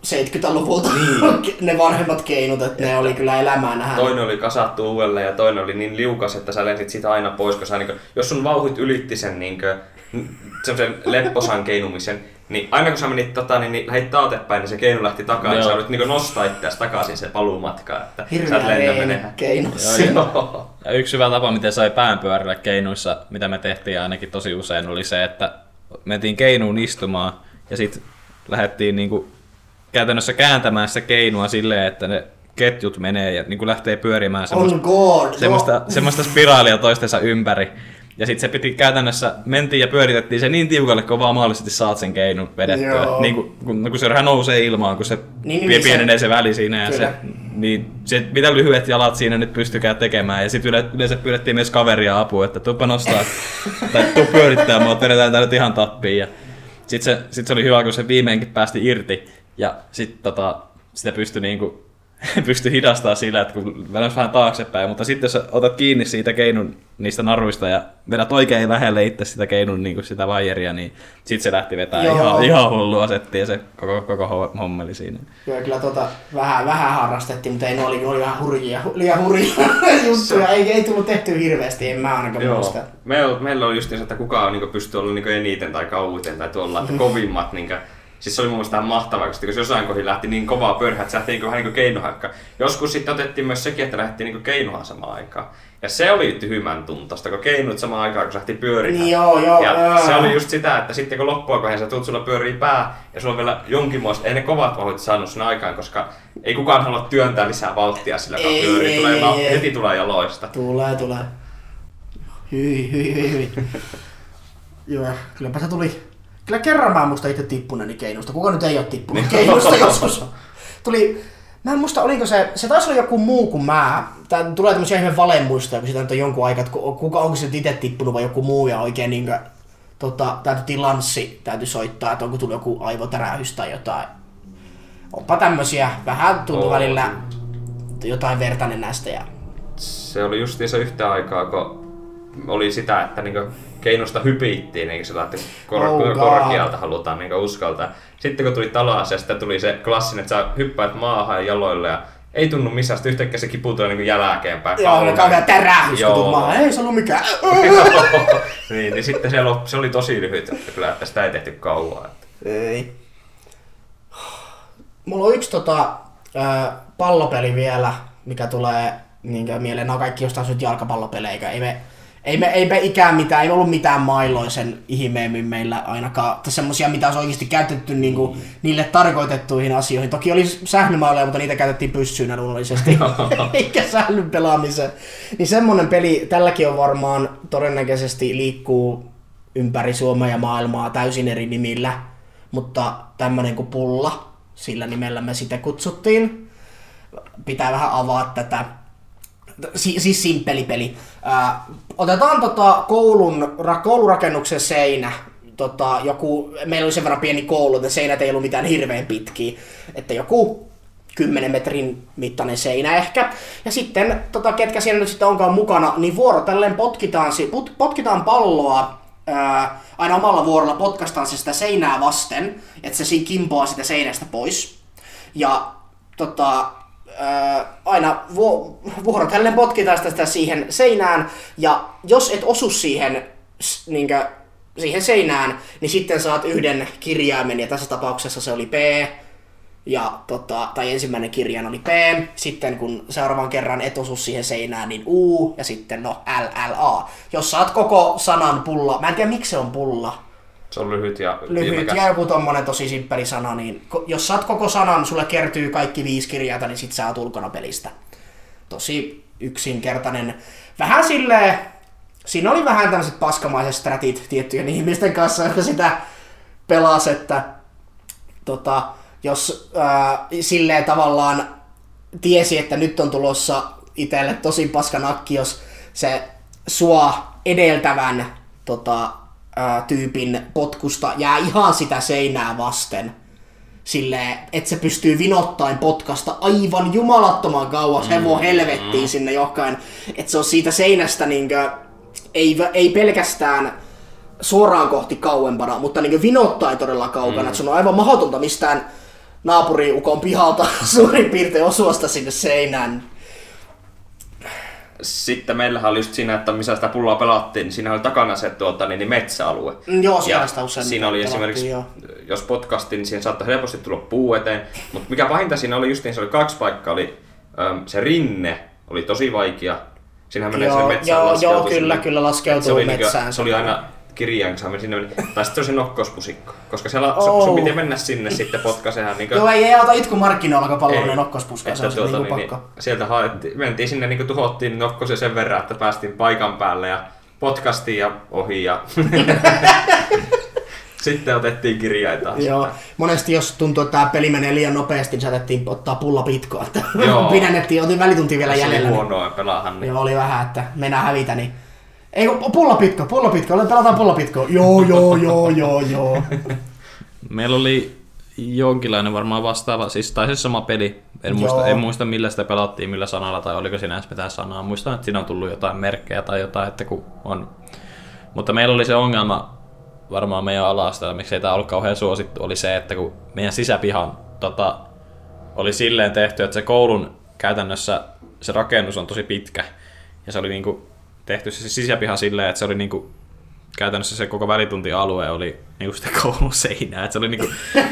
70-luvulta ne vanhemmat keinut, että ne oli kyllä elämää nähdä. Toinen oli kasattu uudelleen ja toinen oli niin liukas, että sä lensit siitä aina pois, koska jos sun vauhit ylitti sen semmoisen lepposan keinumisen, niin aina kun sä menit niin lähdit taatepäin, niin se keinu lähti takaa, ja sä olit nostaa itseäsi takaisin se paluumatka, että sä et lennä menemään. Ja yksi hyvä tapa, miten sai pään pyörillä keinuissa, mitä me tehtiin ainakin tosi usein, oli se, että mentiin keinuun istumaan ja sitten lähdettiin käytännössä kääntämään sitä keinua silleen, että ne ketjut menee ja lähtee pyörimään semmoista spiraalia toistensa ympäri. Ja sitten se piti käytännössä, mentiin ja pyöritettiin se niin tiukalle, kun vaan mahdollisesti saat sen keinun vedettyä. Kun se vähän nousee ilmaan, kun se pienenee se väli siinä. Ja se, mitä lyhyet jalat siinä nyt pystykään tekemään. Ja sitten yleensä pyydettiin myös kaveria apua, että tuuppa nostaa tai tuu pyörittää, mutta vedetään tää nyt ihan tappiin. Ja sitten se oli hyvä, kun se viimeinkin päästi irti. Ja sitten sitä pystyi hidastamaan sillä, että kun vedät vähän taaksepäin, mutta sitten jos otat kiinni siitä keinun niistä naruista ja vedät oikein lähelle itse sitä keinun sitä vaijeria, niin sitten se lähti vetää ihan hullua settiä se koko hommeli siinä. Kyllä vähän harrastettiin, mutta ne oli vähän liian hurjia juttuja, ei tullut tehtyä hirveästi, en mä ainakaan muista. Meillä oli just niin, että kukaan pystyy olla eniten tai kauiten tai tuolla, että kovimmat siis se oli mun mielestä mahtavaa, koska jos jossain kohdin lähti niin kovaa pörhää, että se lähti vähän keinohakka. Joskus sitten otettiin myös sekin, että lähdettiin keinohaan samaan aikaan. Ja se oli tyhmän tuntosta, kun keinut samaan aikaan, kun se lähti pyörimään. Se oli just sitä, että sitten kun loppua kohden sä tuut, sulla pyörii pää ja sulla on vielä jonkinmoista, ei ne kovat vauhdit saanut sen aikaan, koska ei kukaan halua työntää lisää vauhtia sillä, kun pyörii. Heti tulee jaloista. Tulee. Hyi. Joo, kylläpä se tuli. Kyllä kerran mä muistan itse tippuneeni keinusta. Kuka nyt ei ole tippunut keinusta joskus? Mä en muista, oliko se taisi olla joku muu kuin mä. Tää tulee tämmösiä ihme valemuistoja, kun sitä nyt on jonkun aikaa, että onko se itse tippunut vai joku muu ja oikein täytyy lanssi täytyy soittaa, että onko tullut joku aivotärähys tai jotain. Onpa tämmösiä, vähän tullut välillä jotain verta nenästä. Se oli justiinsa yhtä aikaa, kun oli sitä, että keinusta hypittiin, niin se lähti korkealta halutaan uskaltaa. Sitten kun tuli talas ja sitten tuli se klassinen, että sä hyppäät maahan ja jaloille ja ei tunnu missään, sitten yhtäkkiä se kipuu tulee jälkeenpäin. Joo, ne kauhean tärähys, kun tulet maahan, ei se ollut mikään. niin sitten se oli tosi lyhyt, että kyllä että sitä ei tehty kauan. Ei. Mulla on yksi pallopeli vielä, mikä tulee mieleen. Nämä on kaikki jostain syystä jalkapallopelejä, ei me ikään mitään, ei ollut mitään mailoisen ihmeemmin meillä ainakaan, semmosia mitä olisi oikeasti käytetty niille tarkoitettuihin asioihin. Toki oli sählymailoja, mutta niitä käytettiin pyssyynä luonnollisesti, eikä sählyn pelaamiseen. Niin semmonen peli, tälläkin on varmaan todennäköisesti liikkuu ympäri Suomea ja maailmaa täysin eri nimillä, mutta tämmönen kuin Pulla, sillä nimellä me sitä kutsuttiin. Pitää vähän avaa tätä. Siis simppeli peli. Otetaan koulurakennuksen seinä. Meillä oli sen verran pieni koulu, että seinät ei ollut mitään hirveän pitkiä. Että joku 10 metrin mittainen seinä ehkä. Ja sitten, ketkä siellä nyt sitten onkaan mukana, niin vuorotellen potkitaan palloa. Aina omalla vuorolla potkastaan se sitä seinää vasten, että se siinä kimpoaa sitä seinästä pois. Ja aina vuorotellen potkitaan sitä siihen seinään, ja jos et osu siihen seinään, niin sitten saat yhden kirjaimen, ja tässä tapauksessa se oli P, ja tai ensimmäinen kirjain oli P, sitten kun seuraavan kerran et osu siihen seinään, niin U, ja sitten LLA. Jos saat koko sanan pulla, mä en tiedä miksi se on pulla. Se on lyhyt ja joku tommonen tosi simppeli sana, niin jos saat koko sanan, sulle kertyy kaikki 5 kirjaita, niin sit sä oot ulkona pelistä. Tosi yksinkertainen. Vähän silleen, siinä oli vähän tämmöiset paskamaiset stratit tiettyjen ihmisten kanssa, jotka sitä pelas, että jos silleen tavallaan tiesi, että nyt on tulossa itselle tosi paska nakki, jos se sua edeltävän tyypin potkusta jää ihan sitä seinää vasten. Silleen, että se pystyy vinottain potkasta aivan jumalattoman kauas hevon helvettiin sinne johonkin. Että se on siitä seinästä ei pelkästään suoraan kohti kauempana, mutta vinottain todella kaukana. Että se on aivan mahdotonta mistään naapuriukon pihalta suurin piirtein osuasta sinne seinään. Sitten meillähän oli just siinä, että missä sitä pulloa pelattiin, niin siinä oli takana se metsäalue. Joo, siellä usein. Siinä oli esimerkiksi, jos potkastiin, niin siihen saattoi helposti tulla puu eteen. Mutta mikä pahinta siinä oli just niin, se oli 2 paikkaa, oli se rinne oli tosi vaikea. Siinähän menee se metsään laskeutuu. Joo, kyllä laskeutuu metsään. Se oli aina kirjaan, kun sinne meni. Tai sitten se oli nokkospusikko, koska siellä sun piti mennä sinne sitten potkasehan. Niin joo, ei auta itku markkinoilla, kun pallollinen nokkospuska, se on pakko. Sieltä mentiin sinne, niin tuhottiin nokkosen sen verran, että päästiin paikan päälle ja potkastiin ja ohi. Ja sitten otettiin kirjaita. Joo, monesti jos tuntuu, että tämä peli menee liian nopeasti, niin saatettiin ottaa pullapitkoa. Pidennettiin, otin välitunti vielä jäljellä. Se oli huonoa pelaahan. Niin. Joo, oli vähän, että mennään hävitä, niin ei pullapitko, pelataan pullapitkoa. Joo. Meillä oli jonkinlainen varmaan vastaava, siis taisi sama peli. En muista millä sitä pelattiin, millä sanalla tai oliko siinä edes mitään sanaa. Muistan, että siinä on tullut jotain merkkejä tai jotain, että kun on. Mutta meillä oli se ongelma varmaan meidän ala-asteella, miksei tämä ollut kauhean suosittu, oli se, että kun meidän sisäpihan oli silleen tehty, että se koulun käytännössä se rakennus on tosi pitkä ja se oli niinku tehty se sisäpiha silleen, että se oli niinku käytännössä se koko välituntialue oli niinku sitä koulun seinää. Et se oli niinku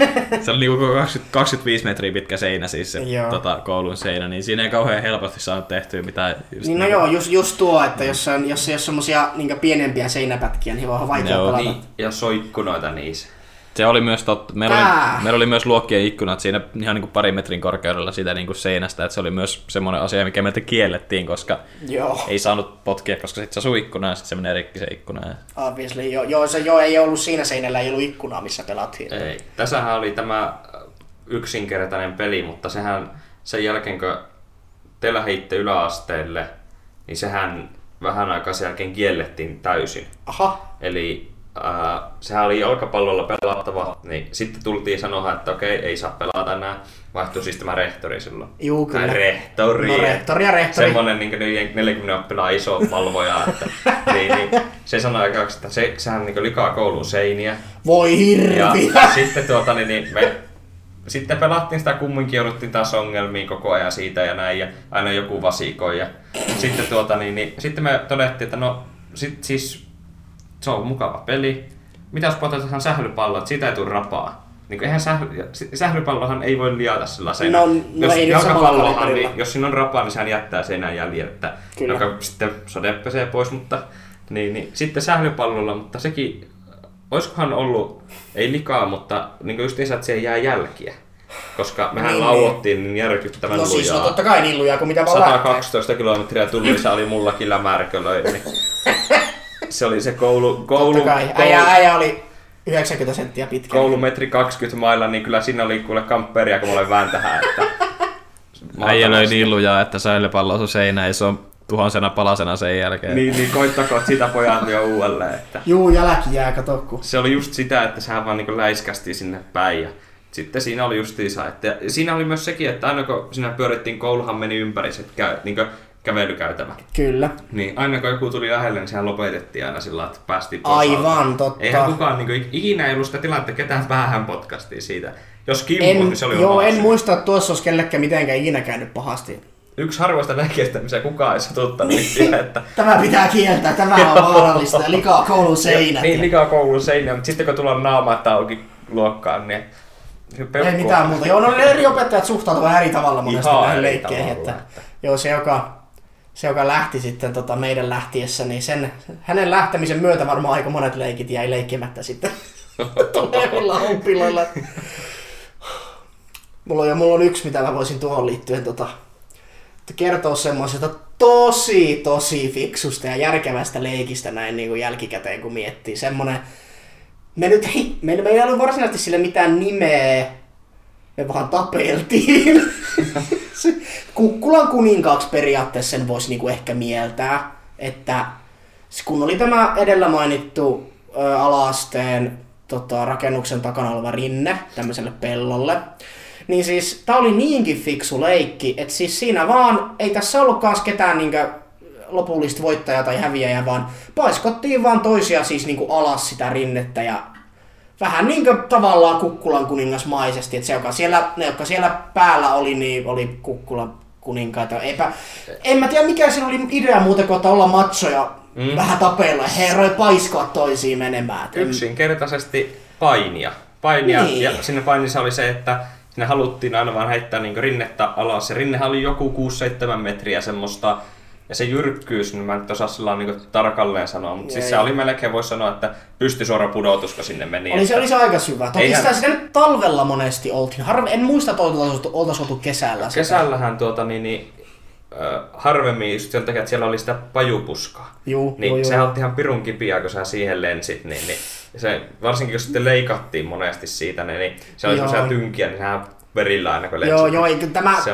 25 metriä pitkä seinä siis se koulun seinä, niin siinä ei kauhean helposti saanut tehtyä mitään. Just tuo, että jos ei ole semmosia niinku pienempiä seinäpätkiä, niin on vaikea pelata. Niin, ja soikkunoita niissä. Se oli myös totta. Meillä oli myös luokkien ikkunat siinä ihan niin kuin 2 metrin korkeudella siitä niin kuin seinästä, että se oli myös semmoinen asia, mikä meiltä kiellettiin, koska ei saanut potkia, koska sitten se asui ikkuna ja sitten se menee rikki se ikkuna. Obviously, ei ollut siinä seinällä, ei ollut ikkunaa, missä pelattiin. Ei. Tässähän oli tämä yksinkertainen peli, mutta sehän sen jälkeen, kun te lähditte yläasteelle, niin sehän vähän aikaa sen jälkeen kiellettiin täysin. Aha. Eli sehän oli jalkapallolla pelattava, niin sitten tultiin sanoa, että okei, ei saa pelata enää. Vaihtui siis tämä rehtori silloin. Juu, kyllä. Rehtori. No rehtori. Semmoinen niin 40 oppilaan iso valvoja. niin, se sanoi aikaksi, että sehän niin likaa koulun seiniä. Voi hirvi! Ja sitten sitten pelattiin sitä kumminkin, jouduttiin taas ongelmiin koko ajan siitä ja näin, ja aina joku vasikoi. Ja sitten, sitten me todettiin, että no, siis se on mukava peli. Mitä jos otetaan sählypallo, että siitä ei tule rapaa? Niin eihän sählypallohan ei voi liata sellaisena. Jos jalkapallohan, jos siinä on rapaa, niin sehän jättää seinään jäljeltä, joka sitten sade pesee pois. Mutta, niin, sitten sählypallolla, mutta sekin, olisikohan ollut, ei likaa, mutta niin just niin, että siihen jää jälkiä. Koska mehän lauottiin niin järkyttävän lujaa. No siis totta kai niin lujaa kuin mitä vaan 112 kilometriä tunnissa oli mullakin lämärkölöi. Niin se oli se koulu. Totta kai. Äijä oli 90 senttiä pitkä. Koulumetri 20 mailla, niin kyllä siinä oli kuule kampperia, kun mä olen vääntähän. Äijä löi niin lujaa, että säilypallo osui seinään ja se on tuhansena palasena sen jälkeen. Niin koittakoot sitä pojat jo uudelleen. Että juu, jälki jää, katokku. Se oli just sitä, että sehän vaan niin läiskästiin sinne päin. Ja sitten siinä oli justiinsa, että siinä oli myös sekin, että aina kun siinä pyörittiin, kouluhan meni ympäri se kävelykäytävä. Kyllä. Niin aina kun joku tuli lähelle, niin sehän lopetettiin aina sillä että päästiin pois. Aivan, totta. Eihän kukaan ikinä ei ollut sitä tilannetta, ketään päähän potkastiin siitä. Jos kimpus, niin se oli oma en muista, että tuossa olisi kellekään mitenkään ikinä käynyt pahasti. Yksi harvoista näkistä, missä kukaan ei satuttanut siihen, että tämä pitää kieltää, tämä on vaarallista ja likaa koulun seinät. Niin, likaa koulun seinät, mutta sitten kun tullaan naamat auki luokkaan, niin ei mitään muuta. Joo, no eri opettajat suhtautuvat eri tavalla monesti näihin leikkeihin. Että joo, se joka lähti sitten meidän lähtiessä, niin hänen lähtemisen myötä varmaan aika monet leikit jäi leikkimättä sitten tulevilla oppilailla. Mulla on yksi, mitä mä voisin tuohon liittyen kertoa semmoisesta tosi fiksusta ja järkevästä leikistä näin niin kuin jälkikäteen, kun miettii. Semmoinen, meillä ei ollut varsinaisesti sille mitään nimeä, me vaan tapeltiin. Kukkulan kuninkaaksi periaatteessa sen voisi niinku ehkä mieltää, että kun oli tämä edellä mainittu ala-asteen rakennuksen takana oleva rinne tämmöiselle pellolle, niin siis tää oli niinkin fiksu leikki, että siis siinä vaan, ei tässä ollut kans ketään niinkö lopullista voittajaa tai häviäjää, vaan paiskottiin vaan toisia siis niinku alas sitä rinnettä ja vähän niin kuin tavallaan Kukkulan kuningasmaisesti, että ne, jotka siellä päällä oli, niin oli Kukkulan kuninkaita. En mä tiedä mikä siinä oli idea muuten kuin, että olla machoja vähän tapeilla ja herroja paiskoa toisiin menemään. Yksinkertaisesti painia. Niin. Ja sinne painissa oli se, että sinne haluttiin aina vaan heittää niin rinnettä alas. Ja rinnehän oli joku 6-7 metriä semmoista. Ja se jyrkkyys, niin mä en nyt osaa sillä niin tarkalleen sanoa, mutta siis se oli melkein, voisi sanoa, että pystysuora pudotus, kun sinne meni. Oli se aika syvä. Toki sitä nyt talvella monesti oltiin. En muista, että oltaisiin oltu kesällä. Kesällähän harvemmin just sen takia, että siellä oli sitä pajupuskaa. Sehän otti ihan pirun kipiä, kun sä siihen lensit. Niin se, varsinkin jos sitten leikattiin monesti siitä, niin se oli semmoisia tynkiä, niin sehän verillä aina kun lensit.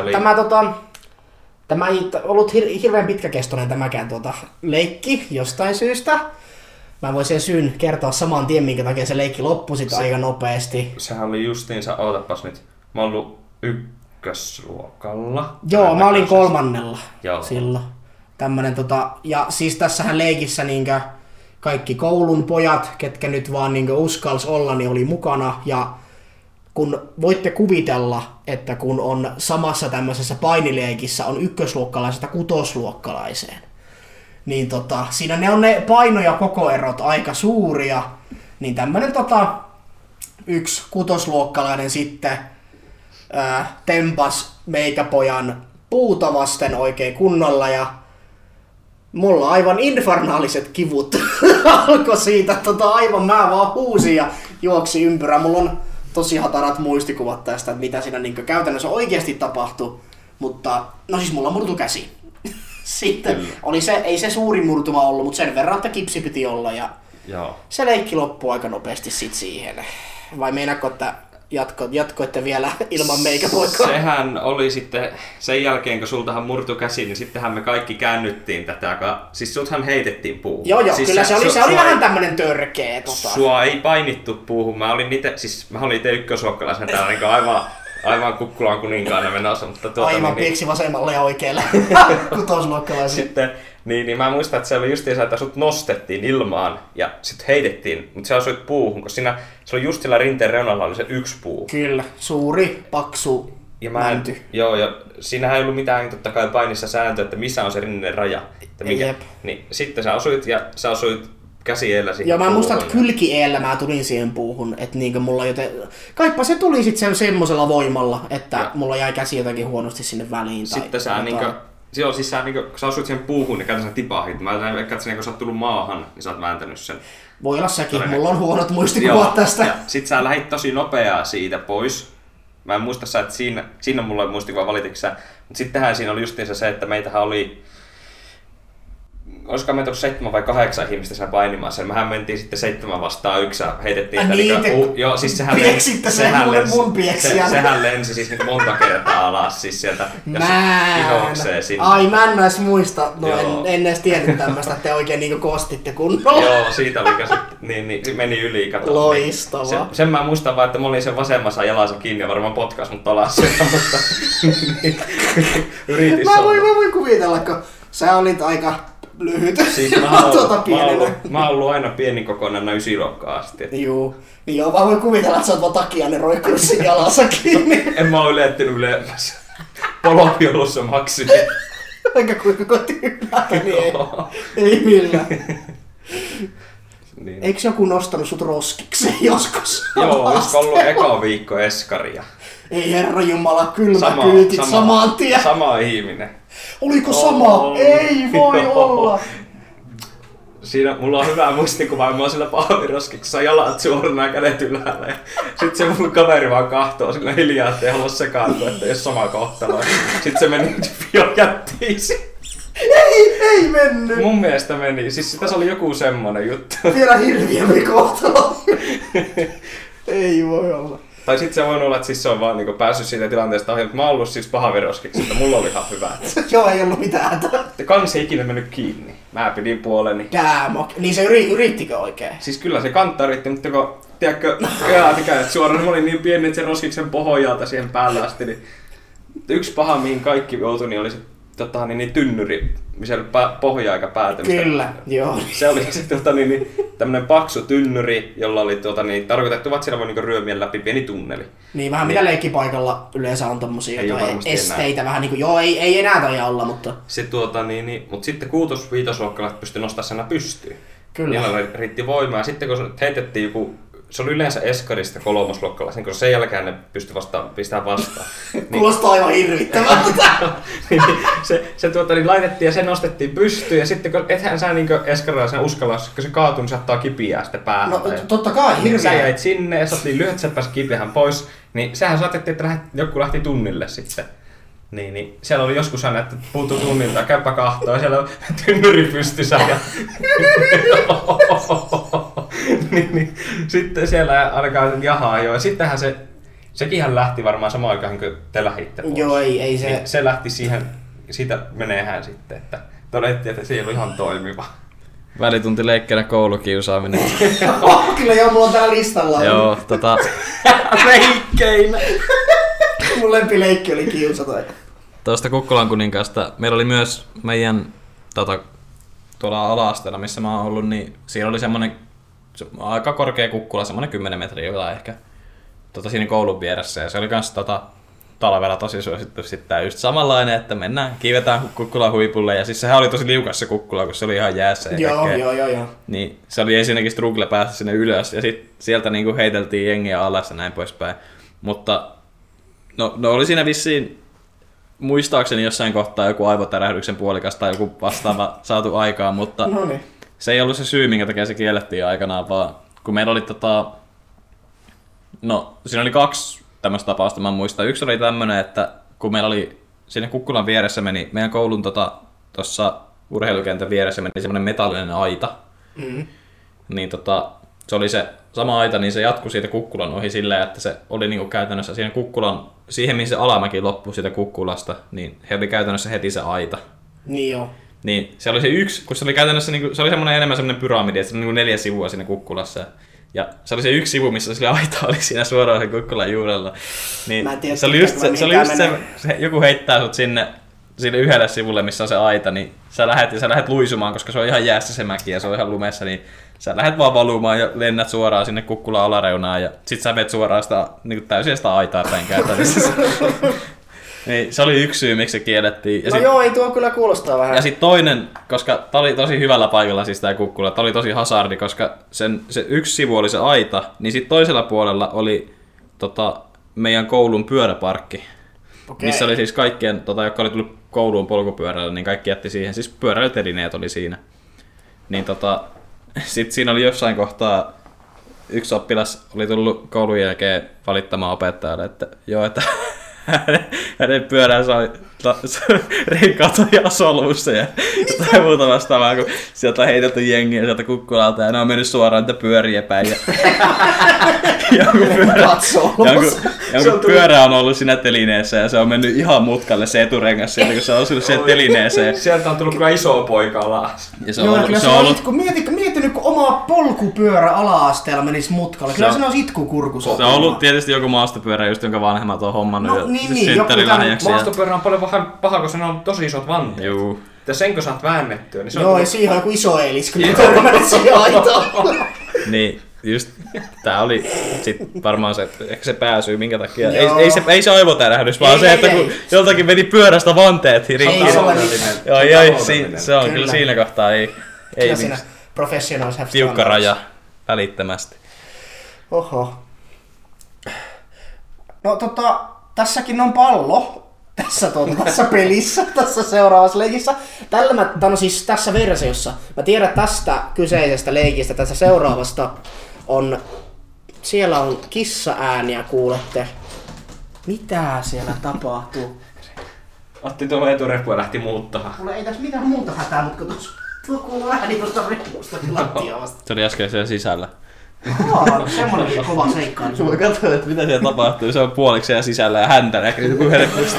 Tämä ei ollut hirveän pitkäkestoinen tämäkään leikki jostain syystä. Mä voin sen syyn kertoa saman tien, minkä takia se leikki loppui sitten aika nopeasti. Sehän oli justiinsa, ootapas nyt, mä oon ollut ykkösluokalla. Joo, mä olin 3. silloin. Tämmönen ja siis tässähän leikissä niinkö kaikki koulun pojat, ketkä nyt vaan niinkö uskals olla, niin oli mukana. Ja kun voitte kuvitella, että kun on samassa tämmöisessä painileikissä on ykkösluokkalaisesta kutosluokkalaiseen, niin siinä ne paino- ja kokoerot aika suuria, niin tämmönen yksi kutosluokkalainen sitten tempas meikäpojan puuta vasten oikein kunnolla ja mulla aivan infernaaliset kivut alkoi siitä, aivan mä vaan huusin ja juoksi ympyrä. Mulla on tosi hatarat muistikuvat tästä, että mitä siinä niin käytännössä oikeasti tapahtui, mutta no siis mulla murtu käsi. Sitten oli ei se suurin murtuma ollut, mutta sen verran, että kipsi piti olla ja se leikki loppui aika nopeasti sit siihen. Vai meinaatko, että jatkoitte vielä ilman meikäpoikaa? Sehän oli sitten sen jälkeen, kun sultahan murtu käsi, niin sittenhän me kaikki käännyttiin tätä. Siis sultahan heitettiin puuhun. Joo, siis kyllä se oli vähän tämmönen törkeä. Sua ei painittu puuhun. Mä olin itse ykkösluokkalaisena täällä niin aivan Kukkulan kuninkaana menossa. Mutta aivan pieksi vasemmalle ja oikealle kutosluokkalaisena. Sitten niin mä muistan, että se oli justiinsa, että sut nostettiin ilmaan ja sitten heitettiin, mutta sä osuit puuhun, koska se oli just sillä rinteen reunalla oli se yksi puu. Kyllä, suuri, paksu mänty. Joo, ja siinähän ei ollut mitään totta kai painissa sääntöä, että missä on se rinteen raja. Niin, sitten sä osuit käsieellä siihen. Joo, mä muistan, että kylkieellä mä tulin siihen puuhun, että niinkö mulla kaipa se tuli sitten semmoisella voimalla, että mulla jäi käsi jotakin huonosti sinne väliin. Sitten sä joo, siis kun sä osuit siihen puuhun, niin käytännössä tipahit. Mä ajattelin, että kun sä oot tullut maahan, niin sä oot vääntänyt sen. Voi olla sekin, mulla on huonot muistikuvat tästä. Ja sit sä lähit tosi nopeaa siitä pois. Mä en muista että siinä mulla on muistikuva valitiksä. Mutta sittenhän siinä oli justiinsa se, että meitähän oli olisiko meitä ollut 7 vai 8 ihmistä siinä painimassa. Mehän mentiin sitten 7 vastaan 1 ja heitettiin joo, siis sehän lensi siis niin monta kertaa alas siis sieltä ihokseen sinne. Ai mä en edes muista, en edes tiennyt tämmöistä, että te oikein niin koostitte kunnolla. Joo, siitä oli niin meni yli kato. Loistavaa. Sen mä muistan vaan, että mä olin sen vasemmassa jalassa kiinni ja varmaan potkas mut alas sieltä, mutta yritin mä voin kuvitella, kun sä olit aika lyhyt. Siis mä oon ollut aina pienikokoinen 9-luokkaan asti. Joo, mä voin kuvitella, että sä oot vaan takiainen roikkunut siinä jalassa kiinni. En mä oo ylettynyt ylemmässä. Polopi ollut se maksimi. Enkä kuinka kotihyppää, niin ei millään. Niin. Eikö joku nostanut sut roskiksi joskus? Joo, olisiko ollut eka viikko eskaria. Ei herranjumala, kylmä kyytit samaan tien. Sama ihminen. Oliko sama? Ei voi olla. Siinä mulla on hyvä muistikuva, mä oon sillä pahviroskiksessa jalat suorana ja kädet ylhäällä. Sitten se mun kaveri vaan kahtoo sillä hiljaa, ettei halua sekaantua, ettei ole sama kohtalo. Sitten se meni jo jättiisi. Ei mennyt. Mun mielestä meni. Siis tässä oli joku semmonen juttu. Vielä hirviämpi kohtalo. Ei voi olla. Tai sit se voi olla, että siis se on vaan niinku päässyt siitä tilanteesta ohi, mutta mä oon ollut siis pahaviroskiksi, että mulla oli ihan hyvä. Joo, ei ollut mitään. Kansi ei ikinä mennyt kiinni. Mä pidin puoleni. Niin se yrittikö oikein? Siis kyllä se kantta yritti, mutta kun, tiedätkö, kädet suoraan, mä olin niin pieni, että se roskiksen pohjalta siihen päällä asti. Niin yksi paha, mihin kaikki joutui, niin oli se tynnyri, missä oli pohja aika päätä. Kyllä, joo. Se oli se tämmönen paksu tynnyri, jolla oli tarkoitettu, että siellä voi niinku ryömiä läpi pieni tunneli. Niin vähän mitä leikkipaikalla yleensä on tommosia esteitä vähän niinku, joo ei enää taida olla, mutta... Se mutta sitten 6-5-luokkalaiset pystyi nostamaan sen pystyyn. Kyllä. Niillä riitti voimaa. Sitten kun heitettiin joku, se oli yleensä eskarista 3-luokkalaisen, kun sen jälkeen ne pystyi pistämään vastaan. Kuulostaa aivan hirvittävältä. se laitettiin ja se nostettiin pystyyn ja sitten kun ethän sä niinku eskarilaisen uskalla, kun se kaatuu, niin saattaa kipiää sitten päähän. No totta kai, hirveä. Sä jäit sinne ja saatiin lyhyt, sä pääsi kipeähän pois, niin sehän saatettiin, että joku lähti tunnille sitten. Niin, siellä oli joskus aina, että puuttuu tunnilta, käypä kahtoa ja siellä on tynnyri pystyssä. Ja... niin, sitten siellä alkaa jahaa jo. Ja sittenhän sekinhän lähti varmaan samaan aikaan, kun te lähditte pois. Joo, ei se... Niin se lähti siihen, siitä meneehän sitten, että todettiin, että se ei ollut ihan toimiva. Välituntileikkeinä koulukiusaaminen. Kyllä joo, mulla on täällä listalla. Joo, Leikkeinä! Mun lempileikki oli kiusata. Tuosta Kukkulan kuninkaasta. Meillä oli myös meidän tuolla ala-asteella, missä mä oon ollut, niin siinä oli semmonen aika korkea kukkula, semmonen 10 metriä jotain ehkä siinä koulun vieressä. Ja se oli kans talvella tosi suosittu sitten just samanlainen, että mennään, kiivetään kukkulan huipulle. Ja siis sehän oli tosi liukas se kukkula, kun se oli ihan jäässä. Joo. Niin se oli ensinnäkin struggle päästä sinne ylös ja sitten sieltä niinku heiteltiin jengiä alas ja näin poispäin. Mutta no oli siinä vissiin muistaakseni jossain kohtaa joku aivotärähdyksen puolikas tai joku vastaava saatu aikaan, mutta se ei ollut se syy, minkä takia se kiellettiin aikanaan, vaan kun meillä oli siinä oli 2 tämmöistä tapausta, mä muistan. Yksi oli tämmönen, että kun meillä oli siinä kukkulan vieressä meni, meidän koulun tuossa urheilukentän vieressä meni semmoinen metallinen aita, niin se oli se sama aita, niin se jatkui siitä kukkulan ohi silleen, että se oli niinku käytännössä siinä kukkulan, siihen mihin se alamäki loppui siitä kukkulasta, niin he oli käytännössä heti se aita. Niin joo. Niin se oli se yksi, kun se oli käytännössä niinku, se oli enemmän semmoinen pyramidi, että se oli niinku 4 sivua siinä kukkulassa. Ja se oli se yksi sivu, missä sillä aita oli siinä suoraan sen kukkulan juurella. Niin se oli just se, joku heittää sut sinne yhdelle sivulle, missä on se aita, niin sä lähet luisumaan, koska se on ihan jäässä se mäki ja se on ihan lumessa, niin sä lähet vaan valumaan ja lennät suoraan sinne kukkulan alareunaan ja sit sä vet suoraan sitä, niin täysin sitä aitaa päin käytännössä. Niin, se oli yksi syy, miksi se kiellettiin. Ja joo, ei tuo kyllä kuulostaa vähän. Ja sitten toinen, koska tää oli tosi hyvällä paikalla siis tää kukkula, tää oli tosi hazardi, koska se yksi sivu oli se aita, niin sitten toisella puolella oli meidän koulun pyöräparkki. Okay. Missä oli siis kaikkien, jotka oli tullut kouluun polkupyörällä, niin kaikki jätti siihen, siis pyöräilytelineet oli siinä. Niin sitten siinä oli jossain kohtaa yksi oppilas oli tullut koulun jälkeen valittamaan opettajalle, että joo, että hänen pyöränsä on renkaat on ihan solussa ja jotain muuta vastaavaa, kun sieltä on heitelty jengiä sieltä kukkulalta ja ne on mennyt suoraan niitä pyöriä päin. Jonkun pyörä on ollut siinä telineessä ja se on mennyt ihan mutkalle se eturengas sieltä, kun se on osunut siihen telineeseen. Sieltä on tullut kyllä iso poika alas. Ja se on ollut... Mietinyt, kun oma polkupyörä ala-asteella menisi mutkalle. Kyllä se olisi itkukurkussa. Se on ollut tietysti joku maastopyörä, just jonka vanhemmat on hommannut. Maastopyörä on paljon paha, koska ne on tosi isot vanteet. Juu. Ja sen kun saat väännettyä, niin se on... Joo, ja siihen on joku iso eilis, kun ne menet siihen aitoon. Niin, just tää oli sit varmaan ehkä se pääsyy, minkä takia. Ei se aivotärähdys, vaan se, että kun joltakin meni pyörästä vanteet rikki. Se on kyllä siinä kohtaa ei siinä professionals have tiukka raja välittömästi. Oho. No tässäkin on pallo. Tässä pelissä, tässä seuraavassa leikissä. Siis tässä versiossa. Mä tiedän tästä kyseisestä leikistä, tässä seuraavasta siellä on kissa-ääniä, kuulette. Mitä siellä tapahtuu? Otti tuohon eturepua lähti muuttamaan. Mulla ei tässä mitään muuta hätää, mutta tuo kuuluu ääni tuosta repusta lattiaa vasta. Se oli äsken siellä sisällä. Semmoinenkin kova seikkailu. Mä katsoin, että mitä siellä tapahtuu. Se on puoliksi siellä sisällä ja häntä näkyy joku herkusta.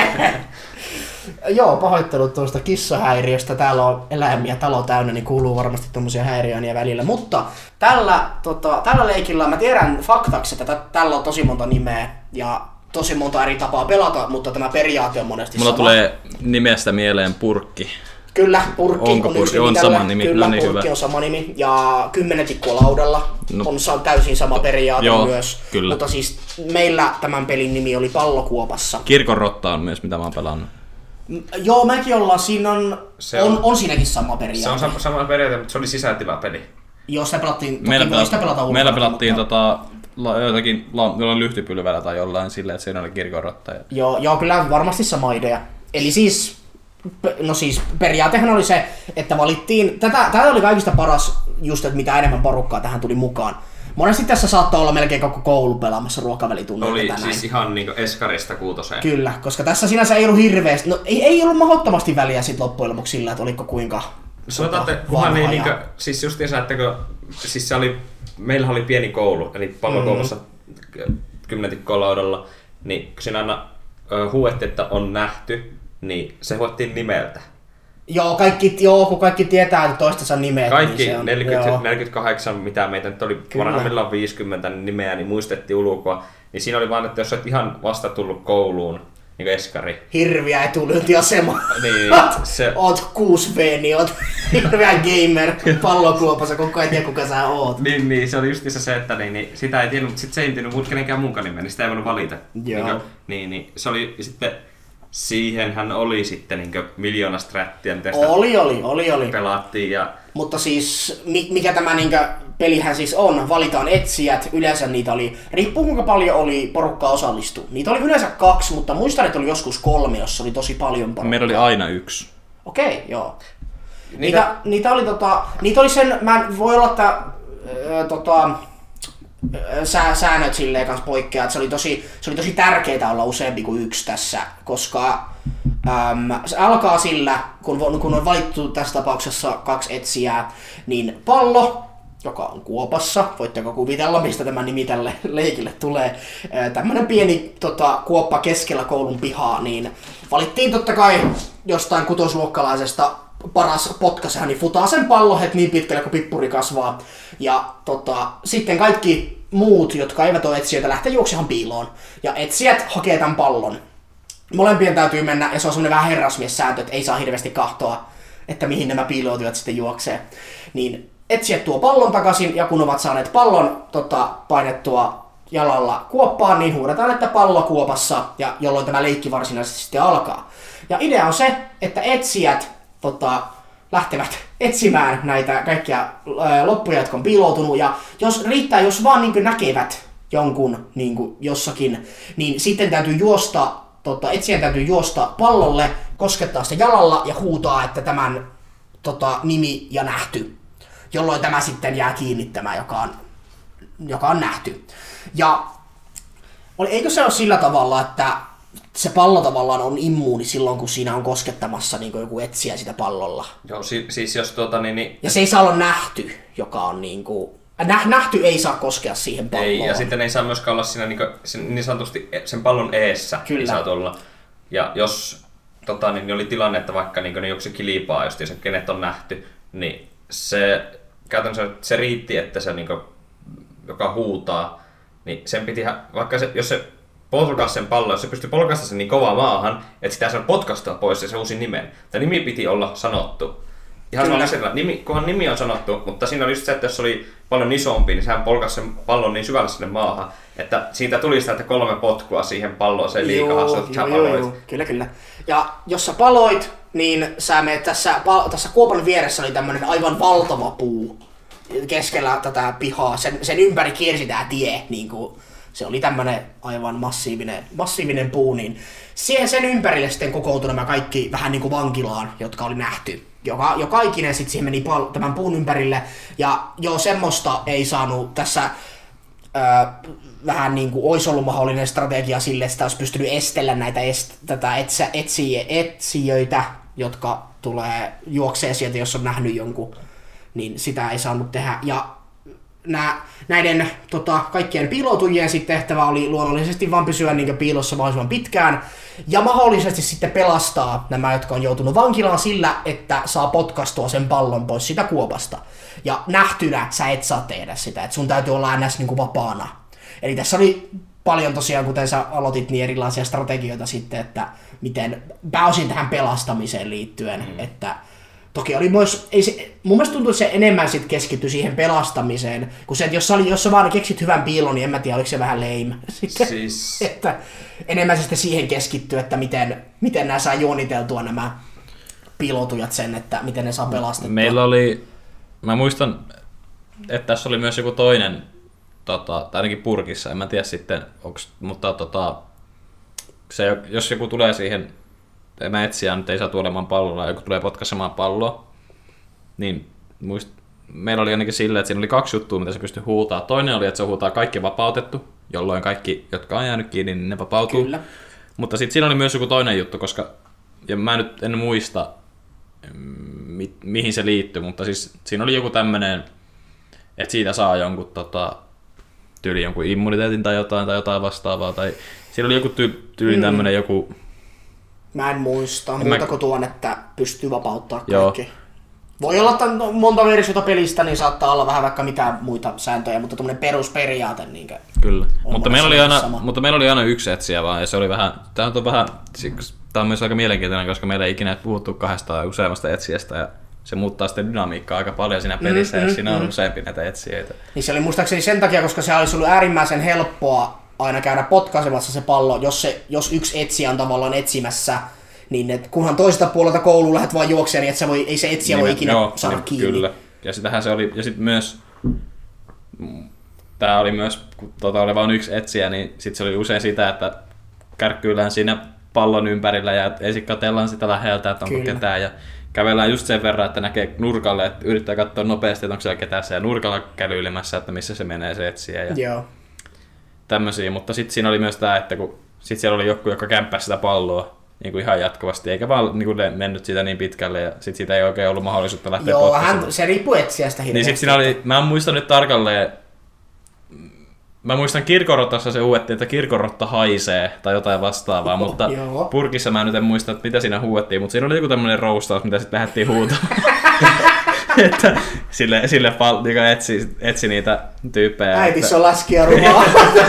Joo, pahoittelut tuosta kissahäiriöstä. Täällä on eläimiä talo täynnä, niin kuuluu varmasti tommosia häiriöitä välillä. Mutta tällä leikillä mä tiedän faktaksi, että tällä on tosi monta nimeä ja tosi monta eri tapaa pelata, mutta tämä periaate on monesti Mulla sama. tulee nimestä mieleen purkki. Kyllä, purkki Onko purkki? On sama nimi. Kyllä, no niin, purkki hyvä. on sama nimi. Ja 10 tikkua laudalla on täysin sama periaate myös. Kyllä. Mutta siis meillä tämän pelin nimi oli Pallokuopassa. Kirkonrotta on myös, mitä mä oon pelannut. Joo, mekin ollaan. Siinä on siinäkin sama periaate. Se on sama periaate, mutta se oli sisätilapeli. Joo, sitä pelattiin. Meillä pelattiin jotakin jollain lyhtypylvällä tai jollain silleen, että siinä oli kirkonrotta. Joo, kyllä varmasti sama idea. Eli siis periaatehan oli se, että valittiin, tätä oli kaikista paras just, että mitä enemmän porukkaa tähän tuli mukaan. Monesti tässä saattaa olla melkein koko koulu pelaamassa ruokavälitunnilla. Oli siis ihan niinku eskarista 6. Kyllä, koska tässä sinänsä ei ollut hirveästi, ei ollut mahdottomasti väliä sit loppujen lopuksi sillä, että oliko kuinka siis justiinsa, että siis meillä oli pieni koulu, eli Pallokuopassa 10 tikkoa laudalla, niin kun siinä aina huuettiin, että on nähty, niin se huettiin nimeltä. Kun kaikki tietää, että toistensa nimeä. Kaikki niin se on, 48, mitä meitä nyt oli parhaimmillaan 50 nimeä, niin muistettiin ulkoa. Niin siinä oli vaan, että jos olet ihan vasta tullut kouluun, niin kuin eskari. Hirviä etulyöntiasema. Niin, oot 6V, niin oot hirveä gamer Pallokuopassa, koko ajan tiedä kuka sä oot. Niin, se oli justiinsa se, että sitä ei tiennyt, mutta sit se ei tiennyt muut kenenkään muunkaan nimeä, niin sitä ei voinut valita. Joo. Niin, se oli sitten, siihenhän oli sitten niin miljoona strättiä, mitä Oli. pelattiin. Mutta siis, mikä tämä pelihän siis on, valitaan etsijät, yleensä niitä oli, riippuu kuinka paljon oli porukkaa osallistu. Niitä oli yleensä 2, mutta muistan, että oli joskus 3, jossa oli tosi paljon porukkaa. Meillä oli aina 1. Okei, joo. Niitä oli sen, voi olla, että säännöt silleen kanssa poikkeaa, että se oli tosi tärkeää olla useampi kuin 1 tässä, koska se alkaa sillä, kun on valittu tässä tapauksessa 2 etsijää, niin pallo, joka on kuopassa, voitteko kuvitella, mistä tämä nimi tälle leikille tulee, tämmönen pieni kuoppa keskellä koulun pihaa, niin valittiin totta kai jostain kutosluokkalaisesta paras potkasehan, niin futaa sen pallo heti niin pitkälle kuin pippuri kasvaa. Ja sitten kaikki muut, jotka eivät ole etsijöitä, lähtee juoksemaan piiloon. Ja etsijät hakee tämän pallon. Molempien täytyy mennä, ja se on semmoinen vähän herrasmies-sääntö, että ei saa hirveästi kahtoa, että mihin nämä piiloutujat sitten juoksee. Niin etsijät tuo pallon takaisin, ja kun ovat saaneet pallon painettua jalalla kuoppaan, niin huudetaan, että pallo kuopassa, ja jolloin tämä leikki varsinaisesti sitten alkaa. Ja idea on se, että etsijät lähtevät etsimään näitä kaikkia loppuja, jotka on piiloutunut, ja jos vaan näkevät jonkun jossakin, niin sitten täytyy juosta, etsijän täytyy juosta pallolle, koskettaa sitä jalalla ja huutaa, että tämän nimi ja nähty, jolloin tämä sitten jää kiinni tämä, joka on nähty. Ja eikö se ole sillä tavalla, että se pallo tavallaan on immuuni silloin, kun siinä on koskettamassa joku etsijä sitä pallolla. Joo, siis jos Ja se ei saa olla nähty, joka on nähty ei saa koskea siihen palloon. Ei, ja sitten ei saa myöskään olla siinä niin sanotusti sen pallon eessä. Kyllä. Ei saa olla. Ja jos niin oli tilanne, että vaikka ne joku kilpaa, jos kenet on nähty, niin se käytännössä se riitti, että se joka huutaa, niin sen piti, vaikka jos se polkas sen pallon, jos se pystyi polkasta sen niin kovaa maahan, että sitä ei saa potkastua pois ja se uusi nimen. Tämä nimi piti olla sanottu. Ihan samalla kunhan nimi on sanottu, mutta siinä oli just se, että jos se oli paljon isompi, niin sehän polkasi sen pallon niin syvälle sinne maahan, että siitä tuli sitä, että 3 potkua siihen palloon, se ei liikaa hasu, että sä paloit. Kyllä. Ja jos sä paloit, niin sä menet tässä kuopan vieressä oli tämmönen aivan valtava puu keskellä tätä pihaa. Sen ympäri kiersi tää tie, se oli tämmönen aivan massiivinen puu, niin sen ympärille sitten kokoutui nämä kaikki vähän niin kuin vankilaan, jotka oli nähty. Joka ikinen sitten siihen meni tämän puun ympärille, ja semmoista ei saanut tässä vähän niin kuin olisi ollut mahdollinen strategia sille, että sitä olisi pystynyt estellä näitä etsijöitä, jotka juoksee sieltä, jos on nähnyt jonkun, niin sitä ei saanut tehdä. Ja näiden kaikkien piiloutujien sitten tehtävä oli luonnollisesti vaan pysyä piilossa mahdollisimman pitkään ja mahdollisesti sitten pelastaa nämä, jotka on joutunut vankilaan sillä, että saa potkastua sen pallon pois sitä kuopasta. Ja nähtynä sä et saa tehdä sitä, että sun täytyy olla ns. Vapaana. Eli tässä oli paljon tosiaan, kuten sä aloitit, niin erilaisia strategioita sitten, että miten pääosin tähän pelastamiseen liittyen, että Toki oli myös, mun mielestä tuntuu, että se enemmän sit keskittyi siihen pelastamiseen, kun se, että jos sä vaan keksit hyvän piilon, niin en mä tiedä, oliko se vähän lame. Siis... että enemmän se sitten siihen keskittyy, että miten nämä saa juoniteltua nämä piilotujat sen, että miten ne saa pelastettua. Meillä oli, mä muistan, että tässä oli myös joku toinen, tai ainakin purkissa, en mä tiedä sitten, mutta se, jos joku tulee siihen, mä etsiä nyt ei saa olemaan pallolla, ja joku tulee potkaisemaan palloa, niin meillä oli ainakin silleen, että siinä oli 2 juttua, mitä se pystyi huutaa. Toinen oli, että se huutaa kaikki vapautettu, jolloin kaikki, jotka on jäänyt kiinni, niin ne vapautuu. Kyllä. Mutta sitten siinä oli myös joku toinen juttu, koska, ja mä nyt en muista, mihin se liittyy, mutta siis siinä oli joku tämmöinen, että siitä saa jonkun tyyli jonkun immuniteetin tai jotain vastaavaa, tai siinä oli joku tyyli tämmöinen joku... Mä en muista, muuta kuin tuon, että pystyy vapauttaa kaikki. Joo. Voi olla, että monta versiota pelistä, niin saattaa olla vähän vaikka mitään muita sääntöjä, mutta tuommoinen perusperiaate. Niin kyllä, mutta meillä oli aina yksi etsijä vaan, ja se oli vähän, tämä on myös aika mielenkiintoinen, koska meillä ei ikinä puhuttu 2 tai useammasta etsijästä, ja se muuttaa sitten dynamiikkaa aika paljon siinä pelissä, jos siinä on useampi näitä etsijöitä. Niin se oli muistaakseni sen takia, koska se olisi ollut äärimmäisen helppoa aina käydä potkaisemassa se pallo, jos yksi etsijä on tavallaan etsimässä, niin kunhan toiselta puolelta kouluun lähdet vaan juoksemaan, niin että ei se etsijä voi ikinä saada kiinni. Kyllä. Ja sitähän se oli, ja sitten myös, tää oli myös, kun oli vain yksi etsijä, niin sitten se oli usein sitä, että kärkkyillään siinä pallon ympärillä ja ensin katsellaan sitä läheltä, että onko ketään, ja kävellään just sen verran, että näkee nurkalle, että yrittää katsoa nopeasti, että onko siellä ketään ja nurkalla kävelylemässä, että missä se menee se etsijä. Ja tämmöisiä, mutta sitten siinä oli myös tämä, että kun sit siellä oli joku, joka kämppäsi sitä palloa niin kuin ihan jatkuvasti, eikä vaan niin kuin mennyt siitä niin pitkälle, ja sitten siitä ei oikein ollut mahdollisuutta lähteä potkaisemaan. Se riippuu etsijästä hirveästi. Niin sitten siinä oli, mä en muista nyt tarkalleen, mä muistan Kirkorotassa se huuettiin, että Kirkorotta haisee tai jotain vastaavaa, mutta purkissa mä nyt en muista, että mitä siinä huuettiin, mutta siinä oli joku tämmöinen roustaus, mitä sitten lähdettiin huutamaan. Että sille niin etsi niitä tyyppejä. Äitis on laskijarumaa.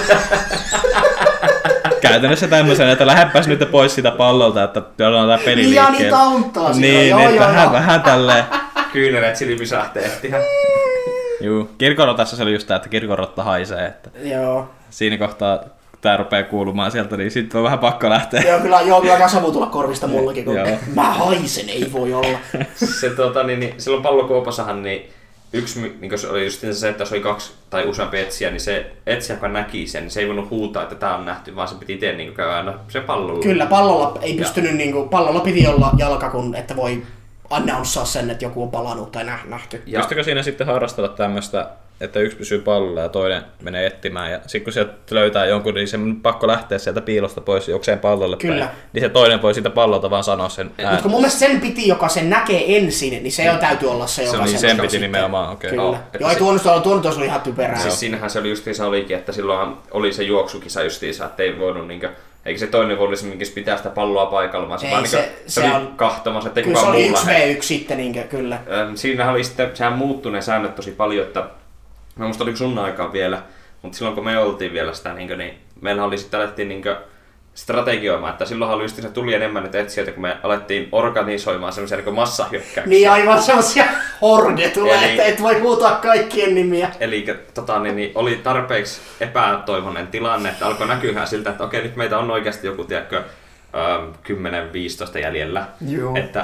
Käytännössä tämmöisen, että lähdepäs nyt pois siitä pallolta, että ollaan tää peli liikkeellä. Niin, niitä auttaa sitä. Niin, vähän tälleen. Kyynelet silmisähteettihän. Juu, Kirkorotassa se oli just tää, että Kirkorotta haisee. Että joo. Siinä kohtaa tää rupee kuulumaan sieltä, niin sit on vähän pakko lähteä. Joo, kyllä savu tulla korvista mullakin, kun mä haisen, ei voi olla. Se silloin pallokuopassahan niin yksi, niin oli just se, että jos oli 2 tai useampi etsijä, niin se etsijä, joka näki sen, niin se ei voinut huutaa, että tää on nähty, vaan se piti itse niin käydä aina se pallolla. Kyllä, pallolla ei pystynyt, pallolla piti olla jalka, kun että voi announsaa sen, että joku on palannut tai nähty. Pystykö siinä sitten harrastella tämmöistä, että yksi pysyy pallolla ja toinen menee etsimään, ja sitten kun sieltä löytää jonkun, niin se on pakko lähteä sieltä piilosta pois juokseen pallolle päin. Niin se toinen voi siitä pallolta vaan sanoa sen äänen. Mutta mun mielestä sen piti, joka sen näkee ensin, niin se jo täytyy olla se, joka sen piti nimenomaan, okei. Kyllä. Joo, ei tuonut oli ihan typerää. Siis siinähän se oli justiinsa olikin, että silloin oli se juoksukisa justiinsa, että ei voinut niinkö... Eikä se toinen voi esimerkiksi pitää sitä palloa paikalla, vaan se oli kahtomassa, ettei kukaan muu lähde. Kyllä se oli 1v1 sitten, kyllä. Siinähän oli sitten, sehän muuttui ne säännöt tosi paljon, että mä muista oliko sun aikaan vielä, mutta silloin kun me oltiin vielä sitä, niin meillä oli sitten alettiin strategioimaan, että silloinhan oli se tuli enemmän nyt etsijöitä, kun me alettiin organisoimaan semmoisia niin massahyökkäyksiä. Niin aivan semmoisia horde tulee, että et voi huutaa kaikkien nimiä. Eli niin oli tarpeeksi epätoivoinen tilanne, että alkoi näkyhän siltä, että okei, nyt meitä on oikeasti joku, tiedätkö, 10-15 jäljellä. Joo. Että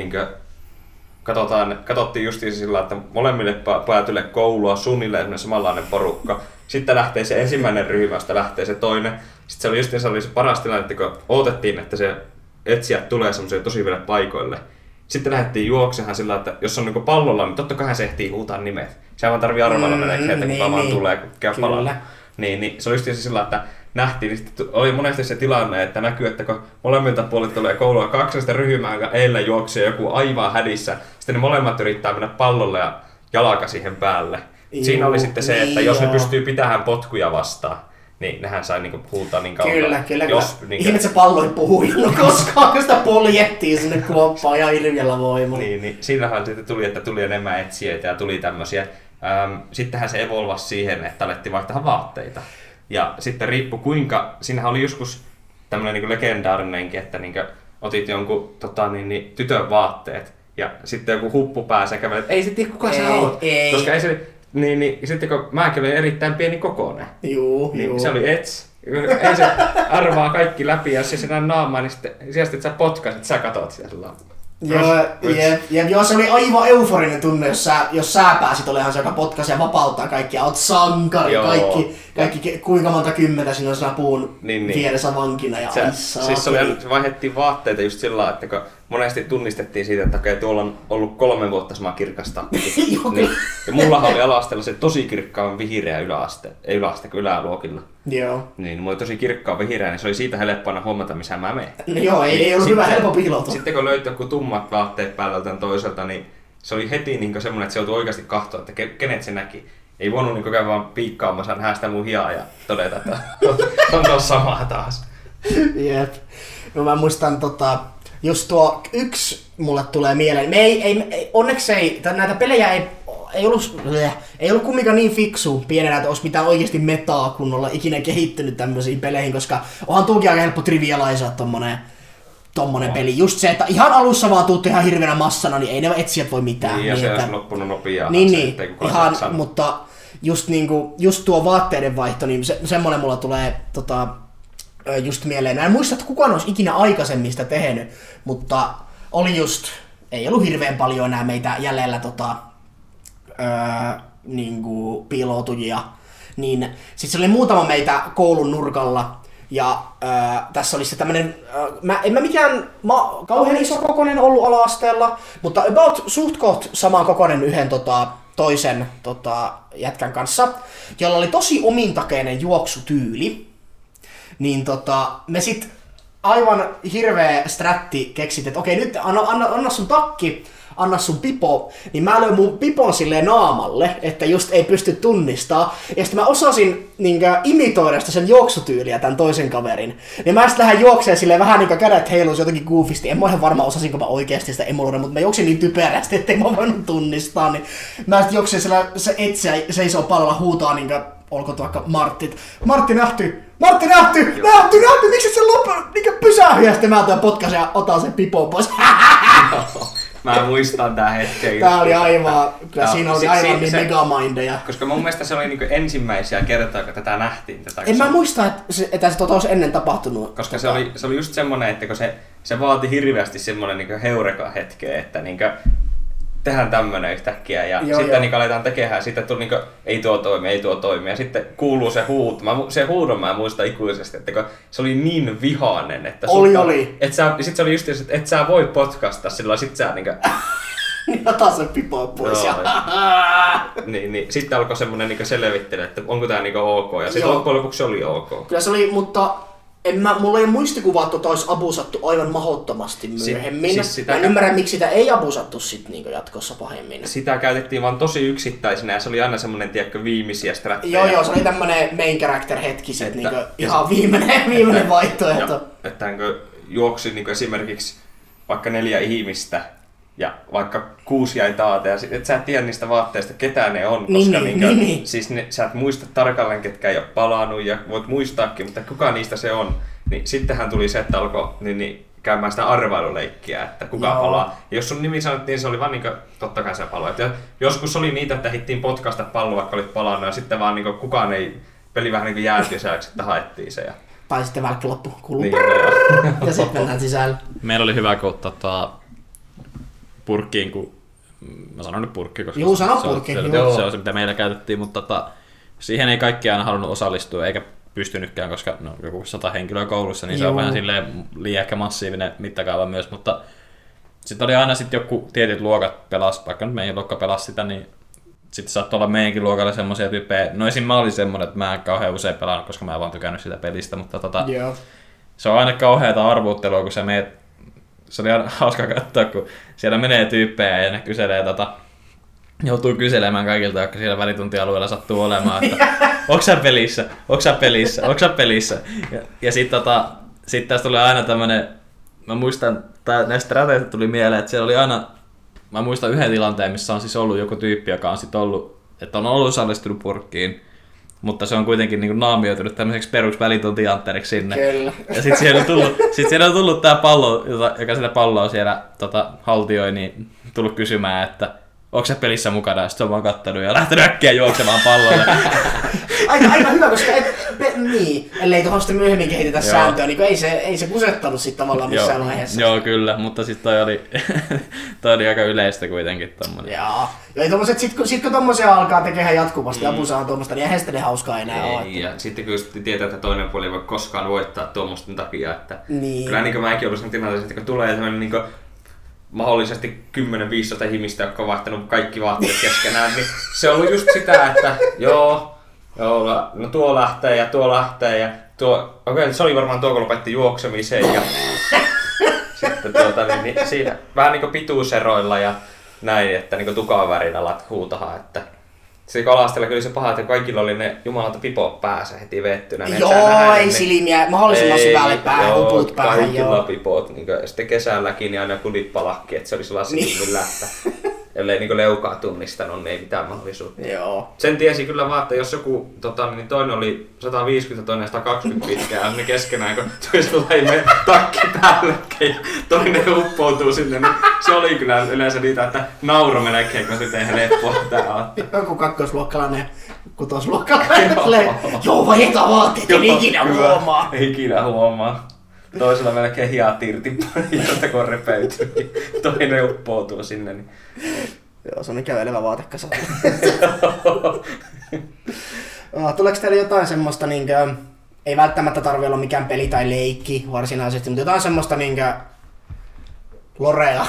katsottiin justiin sillä, että molemmille päätyille koulua suunnilleen samanlainen porukka. Sitten lähtee se ensimmäinen ryhmä, sitten lähtee se toinen. Sitten se oli se paras tilanne, että kun odotettiin, että se etsijät tulee semmoisille tosi hyville paikoille. Sitten lähdettiin juoksemaan sillä, että jos on pallolla, niin totta kai se ehtii huutaa nimet. Se vaan tarvii arvailla melkein, että kuka vaan tulee, kun käy palalla. Niin, se oli just sillä, että nähtiin, niin sitten oli monesti se tilanne, että näkyy, että kun molemmilta puolilta tulee koulua 2 ryhmää, joka eilen juoksee joku aivan hädissä, sitten ne molemmat yrittää mennä pallolle ja jalka siihen päälle. Siinä oli sitten se, että jos ne pystyy pitämään potkuja vastaan, niin nehän sai huutaa niin kauan. Kyllä. Ihmet se pallo ei puhuillut koskaan, kun sitä poljettiin sinne kuoppaan ja hirveällä voimalla. Niin, siinähän sitten tuli, että tuli enemmän etsijöitä ja tuli tämmöisiä. Sittenhän se evolvasi siihen, että alettiin vaihtaa vaatteita. Ja sitten riippui kuinka, siinähän oli joskus tämmöinen legendaarinenkin, että otit jonkun tytön vaatteet, ja sitten joku huppu pääsee kävelemään, että ei se tiedä kuka sä oot. Koska ei se, niin sitten kun mäkin olin erittäin pieni kokoinen, niin se oli Ets. Ei se arvaa kaikki läpi, ja jos se sinä naamaa, niin sitten sijasta, että sä potkasit, sä katot siellä. Joo, se oli aivan euforinen tunne, jos sä pääsit olemaan se, joka potkasi ja vapauttaa kaikkia. Oot sankari, kaikki kuinka monta kymmentä sinä on puun vieressä vankina. Ja siis se vaihdettiin vaatteita just sillä lailla, että kun monesti tunnistettiin siitä, että okei, tuolla on ollut 3 vuotta sama kirkasta. Niin, ja mullahan oli ala-asteella se tosi kirkkaan vihreä yläaste, ei yläaste kuin yläluokilla. Joo. Niin, mulla oli tosi kirkkaan vihreä, niin se oli siitä helppoina huomata, missä mä menen. No joo, ei ollut hyvä helppo piilota. Sitten kun löytyi joku tummat vaatteet päällä tämän toiselta, niin se oli heti niin semmoinen, että se joutui oikeasti katsoa, että kenet se näki. Ei voinut niin käydä vaan piikkaamassa, nähdä sitä mun hiaa ja todeta, että on tuossa samaa taas. Jep. No mä muistan just tuo yksi mulle tulee mieleen. Onneksi näitä pelejä ei ollut kumminkaan niin fiksu pienenä, että olisi mitään oikeasti metaa, kun olla ikinä kehittynyt tämmöisiin peleihin, koska onhan tuokin aika helppo trivialaisaa tommonen peli. Just se, että ihan alussa vaan tuut ihan hirveänä massana, niin ei ne etsijät voi mitään. Niin, ja se olisi loppunut nopeaa. Niin, ihan, mutta just tuo vaatteiden vaihto, niin semmonen mulla tulee just mieleen. En muista, että kukaan olisi ikinä aikaisemmin sitä tehnyt, mutta oli just, ei ollut hirveän paljon enää meitä jäljellä niinku piiloutujia, niin sit se oli muutama meitä koulun nurkalla, ja tässä oli se tämmönen, en mä mikään kauhean iso kokoinen ollut ala-asteella, mutta about suht koht saman kokoinen yhden toisen jätkän kanssa, jolla oli tosi omintakeinen juoksutyyli, niin me sit aivan hirveä strätti keksit, että okei, nyt anna sun takki, anna sun pipo, niin mä löin mun pipon silleen naamalle, että just ei pysty tunnistaa. Ja sitten mä osasin imitoida sitä sen juoksutyyliä tämän toisen kaverin. Niin mä sitten lähdin juokseen silleen vähän niin kuin kädet heiluisi jotenkin goofisti. En mä ihan varma osasinko mä oikeasti sitä emuloida, mutta mä juoksin niin typerästi, ettei mä voinut tunnistaa. Niin mä sitten juoksin siellä, se etsijä seisoo palalla huutaa olkoon vaikka Martti nähty! Miksi et se pysähy? Ja sitten mä tuon potkasen ja otan sen pipon pois. Mä muistan tää hetken. Tää oli aivan, kyllä siinä oli aivan niin megamindeja. Koska mun mielestä se oli ensimmäisiä kertoja, kun tätä nähtiin. En mä muista, että se olisi ennen tapahtunut. Koska se oli just semmonen, että kun se vaati hirveästi semmonen heureka hetkeä, että tehdään tämmönen yhtäkkiä ja sitten aletaan tekemään ja sitten tuli ei tuo toimi ja sitten kuuluu se huuto. Se huudon mä muistan ikuisesti, että se oli niin vihainen, että sit se oli just että et sä voi podcastaa sillä sit sä niin ota sen pipoa pois ja niin sitten alkoi semmonen selvittely, että onko tää ok ja sitten loppujen lopuksi se oli ok. Kyllä se oli, mutta mulla ei ole muistikuvaa, että olisi abusattu aivan mahdottomasti myöhemmin. Mä en ymmärrä, miksi sitä ei abusattu sit jatkossa pahemmin. Sitä käytettiin vaan tosi yksittäisenä ja se oli aina semmonen, tiedätkö, viimeisiä stratteja. Joo, se oli tämmönen main character hetki sit, ihan viimeinen vaihtoehto. Että juoksi esimerkiksi vaikka 4 ihmistä ja vaikka 6 jäi taata ja et sä et tiedä niistä vaatteista ketään ne on, koska siis sä et muista tarkalleen ketkä ei ole palannut ja voit muistaakin, mutta kuka niistä se on. Niin sittenhän tuli se, että alkoi käymään sitä arvailuleikkiä, että kuka palaa. Ja jos sun nimi sanottiin, se oli vaan totta kai se paloi. Ja joskus oli niitä, että hittiin potkasta palloa, vaikka olit palannut ja sitten vaan kukaan ei, peli vähän jäätyi sääksi, että haettiin se. Tai sitten välkkä loppu kuuluu ja sitten mennään sisällä. Meillä oli hyvä, kun purkkiin, kun mä sanon nyt purkki, koska se on se, mitä meillä käytettiin, mutta siihen ei kaikki aina halunnut osallistua eikä pystynytkään, koska joku 100 henkilöä koulussa, niin se on vähän silleen liian ehkä massiivinen mittakaava myös, mutta sitten oli aina joku tietyt luokat pelas, vaikka nyt meidän luokka pelasi sitä, niin sitten saattoi olla meidänkin luokalla semmoisia tyyppejä, no esim. Mä olin semmoinen, että mä en kauhean usein pelannut, koska mä en vaan tykännyt sitä pelistä, mutta se on aina kauheata arvuuttelua, kun se oli aina hauska katsoa, kun siellä menee tyyppejä ja ne kyselee joutuu kyselemään kaikilta, jotka siellä välituntialueella sattuu olemaan, että onko sä pelissä? Ja sit tästä tuli aina tämmönen, mä muistan, näistä strategiasta tuli mieleen, että siellä oli aina, mä muistan yhden tilanteen, missä on siis ollut joku tyyppi, joka on sit ollut, että on ollut osallistunut purkkiin, mutta se on kuitenkin niin kuin naamioitunut tämmöiseksi perusvälituntiantteriksi sinne. Kyllä. Ja sitten siellä on tullut tämä pallo, joka sitä palloa siellä haltioi, niin tullut kysymään, että onko se pelissä mukana, ja sitten se on vaan kattanut ja lähtenyt äkkiä juoksemaan pallolle. aika hyvä, koska niin, ellei tuohon sitten myöhemmin kehitetä sääntöä, niin ei se kusettanut sitten tavallaan missään vaiheessa. Joo, kyllä, mutta sitten toi oli aika yleistä kuitenkin tommonen. Joo, ja tommoset, sit kun tommosia alkaa tekemään jatkuvasti, apusaa tuommoista, niin eihän sitä ne hauskaa enää ole. Ja sitten kun tietää, että toinen puoli ei voi koskaan voittaa tuommoisten takia, että niin. Kyllä niin kuin mäkin ollut sen tilanteessa, että kun tulee sellainen niin mahdollisesti 10-15 ihmistä, jotka on vaihtanut kaikki vaatteet keskenään, niin se on ollut just sitä, että joo, no tuo lähtee ja okei, se oli varmaan tuo, kun lopetti juoksemisen ja sitten niin siinä vähän niin kuin pituuseroilla ja näin, että niin kuin tukan värin alat huutahaa, että se kalastella kyllä se paha, että kaikilla oli ne jumalata pipot päässä heti vettynä. Joo, ei silmiä, mahdollisimman syvälle päähän, huput päähän. Kaikilla pipot, niin ja sitten kesälläkin niin aina kudit palakki, että se oli sellainen silmillä, että ellei niin leukaa tunnistanut, niin ei mitään mahdollisuutta. Joo. Sen tiesi kyllä vaan, että jos joku niin toinen oli 150, toinen 120 pitkää, niin keskenään, kun toisella ei mene takki päällekkäin ja toinen uppoutuu sinne, niin se oli kyllä yleensä niitä, että nauro melkein, kun sitten ei leppoa tää. Joku kakkosluokkalainen, kutosluokkalainen, joo vaihdetaan vaatteet, en ikinä huomaa. Ikinä huomaa. Toisella melkein hiat irti, josta kun repeytyy, niin toinen uppoutuu sinne. Niin. Joo, se on kävelevä vaatekasa. Tuleeko teille jotain semmoista, niinkö, ei välttämättä tarvitse olla mikään peli tai leikki varsinaisesti, mutta jotain semmoista niinkö lorea,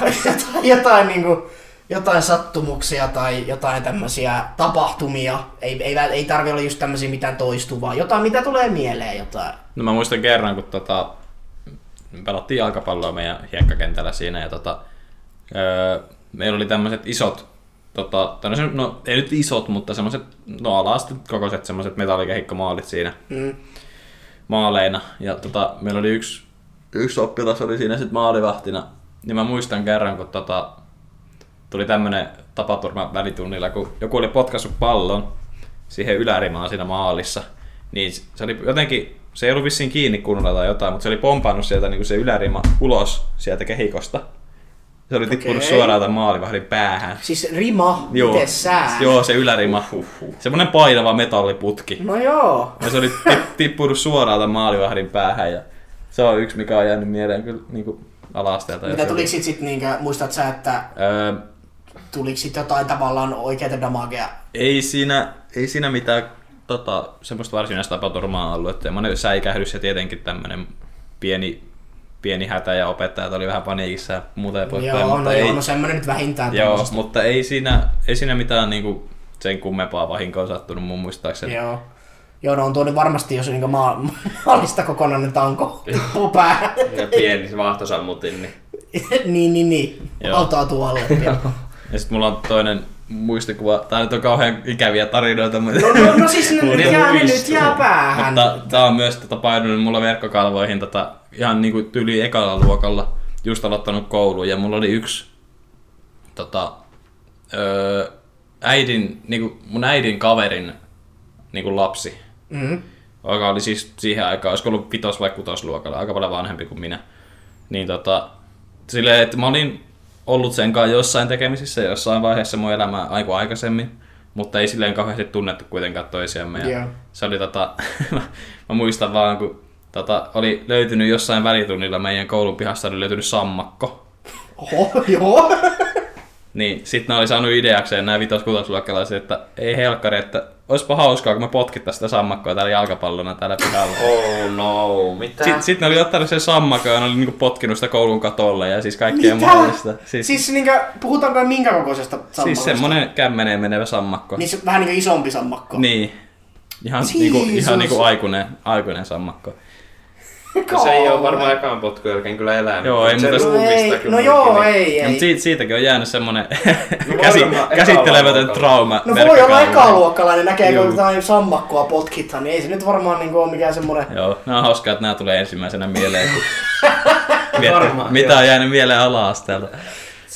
jotain sattumuksia tai jotain tämmöisiä tapahtumia. Ei tarvitse olla just tämmöisiä mitään toistuvaa, jotain mitä tulee mieleen jotain. No mä muistan kerran, kun pelattiin jalkapalloa meidän hiekkakentällä siinä ja meillä oli tämmöiset isot, no ei nyt isot, mutta semmoiset, no alasti kokoiset semmoiset metallikehikkomaalit siinä maaleina. Ja meillä oli yksi oppilas oli siinä sit maalivahtina. Niin mä muistan kerran, kun tuli tämmönen tapaturma välitunnilla, kun joku oli potkaissut pallon siihen ylärimaan siinä maalissa. Niin se oli jotenkin, se ei ollut vissiin kiinni kunnolla tai jotain, mutta se oli pompannut sieltä niin kuin se ylärima ulos sieltä kehikosta. Se oli tippunut suoraan tämän maalivahdin päähän. Siis rima? Miten sää? Joo, se ylärima. Semmoinen painava metalliputki. No joo. Ja se oli tippunut suoraan tämän maalivahdin päähän. Ja se on yksi, mikä on jäänyt mieleen kyllä niin kuin ala-asteelta. Mitä tuliko sit niinkö, muistat sä, että tuliko sit jotain tavallaan oikeita damagea? Ei siinä mitään semmoista varsinaista tapaturmaa ollut. Että semmoinen säikähdys ja tietenkin tämmöinen pieni hätä ja opettajat oli vähän paniikissa ja muuta. Joo, semmoinen nyt vähintään. Joo, mutta ei siinä mitään niinku sen kummempaa vahinkoa sattunut mun muistaakseni. Joo, no on tuo varmasti, jos niinku maalista kokonainen tanko tippuu päähän. Ja pieni vaahtosammutin. Niin. Autaa tuolle. Ja sit mulla on toinen muistikuva. Tää nyt on kauhean ikäviä tarinoita. No siis nyt jää päähän. Mutta tää on myös painunut mulla verkkokalvoihin ihan niinku tyli ekalla luokalla just aloittanut kouluun. Ja mulla oli yksi mun äidin kaverin niinku lapsi. Mm-hmm. Joka oli siis siihen aikaan, olisiko ollut 5- vai 6-luokalla, aika paljon vanhempi kuin minä. Niin silleen, että mä olin ollut sen kanssa jossain tekemisissä jossain vaiheessa mun elämää aikaisemmin, mutta ei silleen kauheasti tunnettu kuitenkaan toisiamme. Ja se oli mä muistan vaan, kun oli löytynyt jossain välitunnilla meidän koulun pihasta oli löytynyt sammakko. Oho, joo. Niin sit ne oli saanut ideakseen nämä 5-6-luokkalaiset, että ei helkkari, että oispa hauskaa, kun me potkittaisiin sitä sammakkoa täällä jalkapallona täällä pihalla. Oh no, mitä? Sitten ne oli ottanut sen sammakon ja ne oli niinku potkinut sitä koulun katolle ja siis kaikkea mahdollista. Siis puhutaanko minkä kokoisesta sammakosta? Siis semmonen kämmeneen menevä sammakko. Niin se vähän niinku isompi sammakko. Niin. Ihan niinku aikuinen sammakko. No se ei ole varmaan ekaan potkun jälkeen kyllä elänyt. Joo, ei, se ei. Mutta siitäkin on jäänyt semmonen käsittelemätön trauma. No voi olla ekaluokkalainen, näkeekö jotain sammakkoa potkittaa, niin ei se nyt varmaan niinku ole mikään semmonen. Joo, nää on hauskaa, että nää tulee ensimmäisenä mieleen. Mitä on jäänyt mieleen ala-asteelta.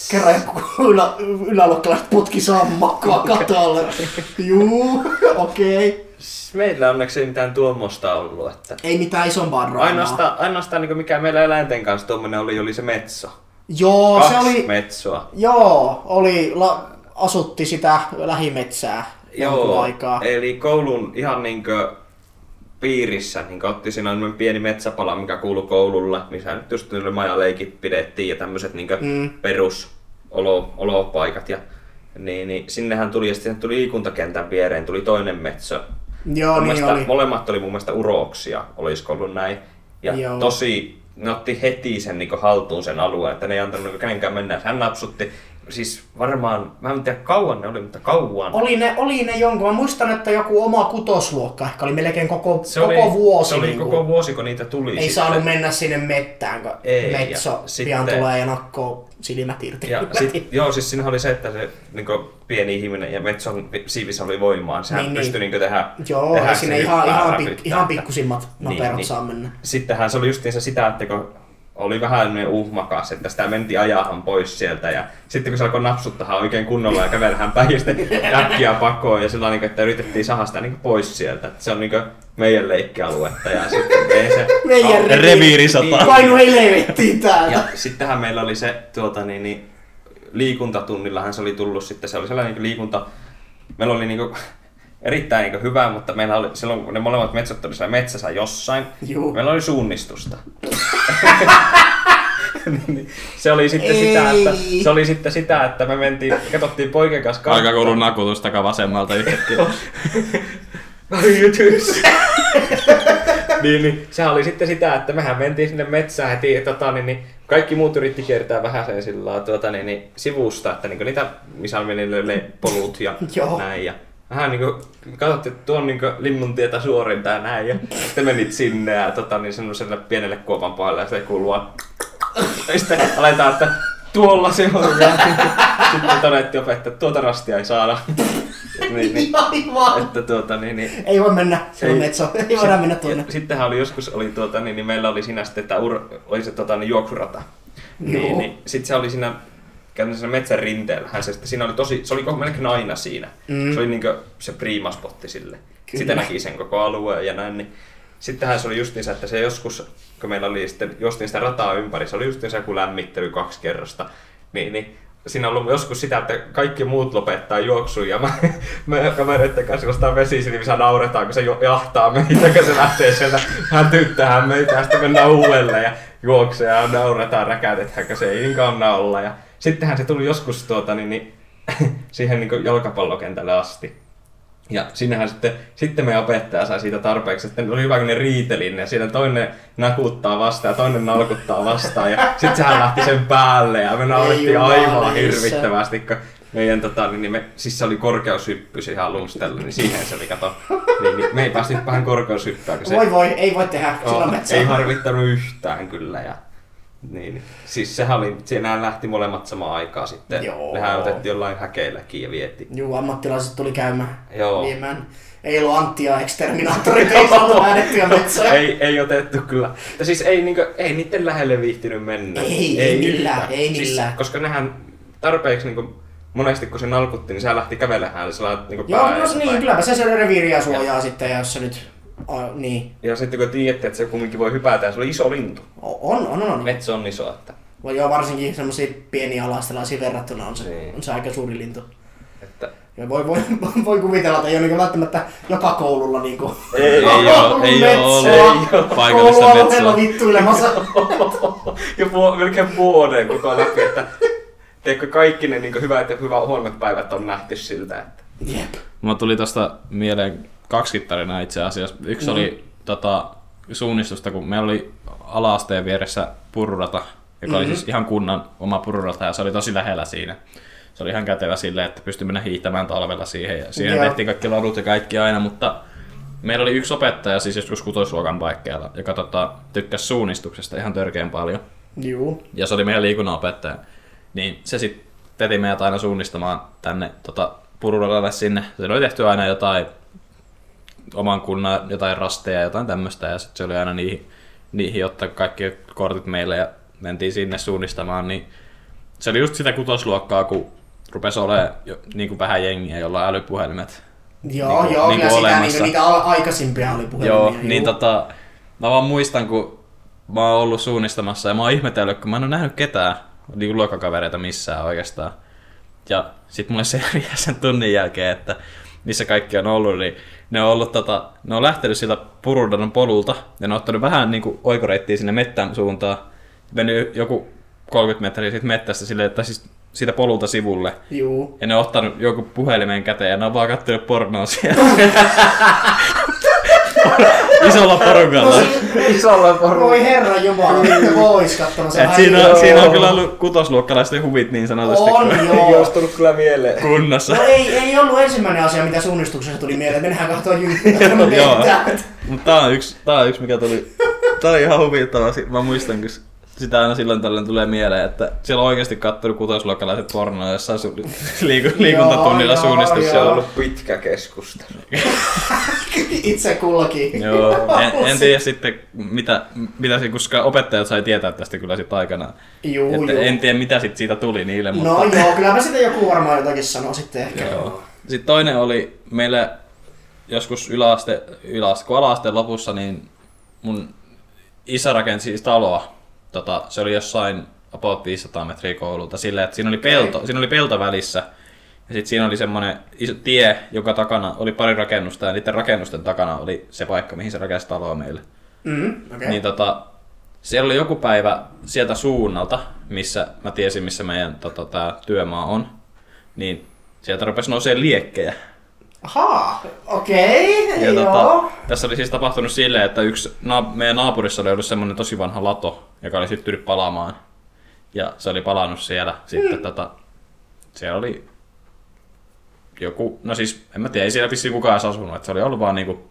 Kerran yläluokkalaiset potki sammakkoa katolle. Juu, okei. Meillä onneksi ei mitään tuommoista ollut. Että ei mitään isompaa draamaa. Ainoastaan niin mikä meillä eläinten kanssa tuommoinen oli se metso. Joo, 2 se oli... metsoa. Joo, asutti sitä lähimetsää jonkun aikaa. Eli koulun ihan niinkö piirissä niin otti siinä pieni metsäpala, mikä kuului koululle, missä nyt just majaleikit pidettiin ja tämmöiset niin perusolopaikat. Ja niin sinnehän tuli, ja sitten tuli liikuntakentän viereen, tuli toinen metsä. Joo, niin oli. Molemmat oli mun mielestä uroksia, olisiko ollut näin. Ja ne otti heti sen niin haltuun sen alueen, että ne ei antanut kenenkään mennä. Hän napsutti. Siis varmaan, mä en tiedä kauan ne oli, mutta kauan. Oli ne jonkun. Mä muistan, että joku oma kutosluokka ehkä oli melkein koko vuosi. Se oli koko vuosi, kun niitä tuli. Ei sitten saanut mennä sinne mettään, kun metso pian tulee ja nakkoo silmät irti. Siis siinä oli se, että se niin pieni ihminen ja metson siivissä oli voimaan. Sehän pystyi niin tehdä sinne ihan pikkusimmat noperat saa mennä. Sittenhän se oli justiinsa sitä, että kun oli vähän uhmakas, että sitä mentiin ajahan pois sieltä ja sitten kun se alkoi napsuttaa oikein kunnolla ja kävellähän päin ja sitten äkkiä pakoon ja sillä niin, että yritettiin saada sitä niin pois sieltä. Että se on niin meidän leikkialuetta ja sitten se meidän reviirisota. Painu helvettiin täällä. Ja sittenhän meillä oli se liikuntatunnillahan se oli tullut sitten, se oli sellainen liikunta, meillä oli erittäin hyvä, mutta meillä oli silloin kun ne molemmat metsät oli siellä metsässä jossain, meillä oli suunnistusta. Se oli sitten sitä, että me katsottiin poikien kanssa karttaa. Aikakoulun nakutus takaa vasemmalta yhtäkkiä. niin, sehän oli sitten sitä, että mehän mentiin sinne metsään heti, kaikki muut yritti kiertää vähän sen sivusta, että niitä, missä oli ne polut ja näin. Ja vähän katsottiin, että tuon linnuntietä suorinta ja näin, ja sitten menit sinne ja semmoiselle pienelle kuopan pohjalle ja sitten kuuluu ja sitten aletaan, että tuolla se on ja sitten todettiin opettaja, että tuota rastia ei saada. Ei voi mennä, se on metso, ei voida mennä tuonne. Sittenhän oli joskus, meillä oli siinä sitten, että oli se juoksurata. Sitten se oli siinä käytännössä metsän rinteellähän se, siinä oli se oli melkein aina siinä. Se oli se priimaspotti sille. Sitä näki sen koko alueen ja näin. Niin. Sittenhän se oli justiinsa, että se joskus, kun meillä oli sitten justiin sitä rataa ympäri, se oli justiinsa joku lämmittely 2 kerrosta. Niin siinä on ollut joskus sitä, että kaikki muut lopettaa juoksuun ja me kavereiden kanssa nostaa vesisilmissä nauretaan, kun se jahtaa meitä, kun se lähtee sieltä hätyttämään meitä ja sitten mennään uudelleen ja juoksee ja nauretaan räkätetään, kun se ei niin kanna olla. Ja sittenhän se tuli joskus siihen jalkapallokentälle asti. Ja sinnehän sitten meidän opettaja sai siitä tarpeeksi, että oli hyvä kun ne riiteli ja siinä toinen nakuttaa vastaan ja toinen nalkuttaa vastaan ja sitten sehän lähti sen päälle ja me naurettiin aivan hirvittävästi, kun meidän siis se oli korkeushyppy siihen alustella, niin siihen se oli kato. Niin, me ei päästy vähän korkeushyppyä. Ei voi tehdä, sillä metsää. Ei harvittanut yhtään kyllä. Ja niin. Siis sehän oli, siinähän lähti molemmat samaan aikaan sitten. Nehän otettiin jollain häkeilläkin ja vietiin. Joo, ammattilaiset tuli käymään viemään. Ei ollut Anttia Exterminaattorit, ei saatu äänettyä metsää. Ei otettu kyllä. Ja siis ei niiden lähelle viihtynyt mennä. Ei millään. Siis, koska nehän tarpeeksi monesti kun se nalkutti, niin se lähti kävelemään sellainen niin, kylläpä se reviiriä suojaa sitten, jos se nyt niin. Ja sitten kun tiedätte, että se kumminkin voi hypätä, ja se oli iso lintu. On. Metsä on iso. Että joo, varsinkin semmosia pieniä alastelaisia verrattuna on se aika suuri lintu. Että ja voi kuvitella, että ei ole välttämättä joka koululla ei ole paikallista metsää. Vittuilemassa. Ja melkein vuoden koko läpi, että teekö kaikki ne hyvät ja huonot päivät on nähty siltä. Että jep. Mulla tuli tosta mieleen 2 tarinaa itse asiassa. Yksi oli suunnistusta, kun meillä oli ala-asteen vieressä pururata, joka oli siis ihan kunnan oma pururata ja se oli tosi lähellä siinä. Se oli ihan kätevä silleen, että pystyi mennä hiihtämään talvella siihen ja siihen tehtiin kaikki ladut ja kaikki aina, mutta meillä oli yksi opettaja siis joskus 6. luokan paikkeilla, joka tykkäsi suunnistuksesta ihan törkeän paljon. Juu. Ja se oli meidän liikunnanopettaja. Niin se sitten veti meidät aina suunnistamaan tänne pururadalle sinne. Se oli tehty aina jotain oman kunnan jotain rasteja ja jotain tämmöistä ja sitten se oli aina niihin ottaa kaikki kortit meille ja mentiin sinne suunnistamaan, niin se oli just sitä kutosluokkaa, kun rupesi olemaan niin vähän jengiä, jolla on älypuhelimet. Joo, kyllä sitä niitä aikaisimpia oli puhelimia. Joo, niin mä vaan muistan, kun mä oon ollut suunnistamassa ja mä oon ihmetellyt, kun mä en ole nähnyt ketään niin luokkakavereita missään oikeastaan. Ja sit mulle selviää sen tunnin jälkeen, että missä kaikki on ollut, niin ne on lähtenyt siltä Purudannon polulta ja ne on ottanut vähän niinku oikoreittiä sinne mettän suuntaan. Mennyt joku 30 metriä siitä mettästä silleen, että siis siitä polulta sivulle. Juu. Ja ne on ottanut joku puhelimen käteen ja ne on vaan kattonut pornoa siellä. Isolla porukalla. Voi herran jumala, että vois kattonut sen. Siinä on kyllä ollut kutosluokkalaisten huvit niin sanotusti. On, joo. Ei olisi tullut kyllä mieleen. Kunnossa. No ei ollut ensimmäinen asia, mitä suunnistuksessa tuli mieleen. Mennään katsomaan jymppiä. Joo. Mutta tää on yksi, mikä tuli. Tää oli ihan huvittava. Mä muistan, kun sitä aina silloin tällöin tulee mieleen, että siellä on oikeasti kattonut kutosluokkalaiset pornoa jossain liikuntatunnilla suunnistuksessa. Se on ollut pitkä keskustelu. Itse kullakin. Joo, en tiedä sitten mitä koska opettajat sai tietää tästä kyllä sitten aikanaan. Juu. En tiedä mitä sit siitä tuli niille. Mutta... No joo, kylläpä sitten joku varmaan jotakin sanoo sitten ehkä. Joo. Sitten toinen oli meille joskus kun ala-asteen lopussa, niin mun isä rakensi siis taloa. Se oli jossain about 500 metriä koululta silleen, että siinä oli pelto välissä. Ja sitten siinä oli semmoinen iso tie, joka takana oli pari rakennusta ja niiden rakennusten takana oli se paikka, mihin se rakensi taloa meille. Okay. Niin siellä oli joku päivä sieltä suunnalta, missä mä tiesin, missä meidän tää työmaa on, niin sieltä rupesi nousee liekkejä. Ahaa, okei, joo. Tässä oli siis tapahtunut silleen, että meidän naapurissa oli ollut semmoinen tosi vanha lato, joka oli syttynyt palaamaan. Ja se oli palannut siellä. Sitten siellä oli joku, no siis en mä tiedä, ei siellä vissiin kukaan edes asunut, että se oli ollut vaan niinku,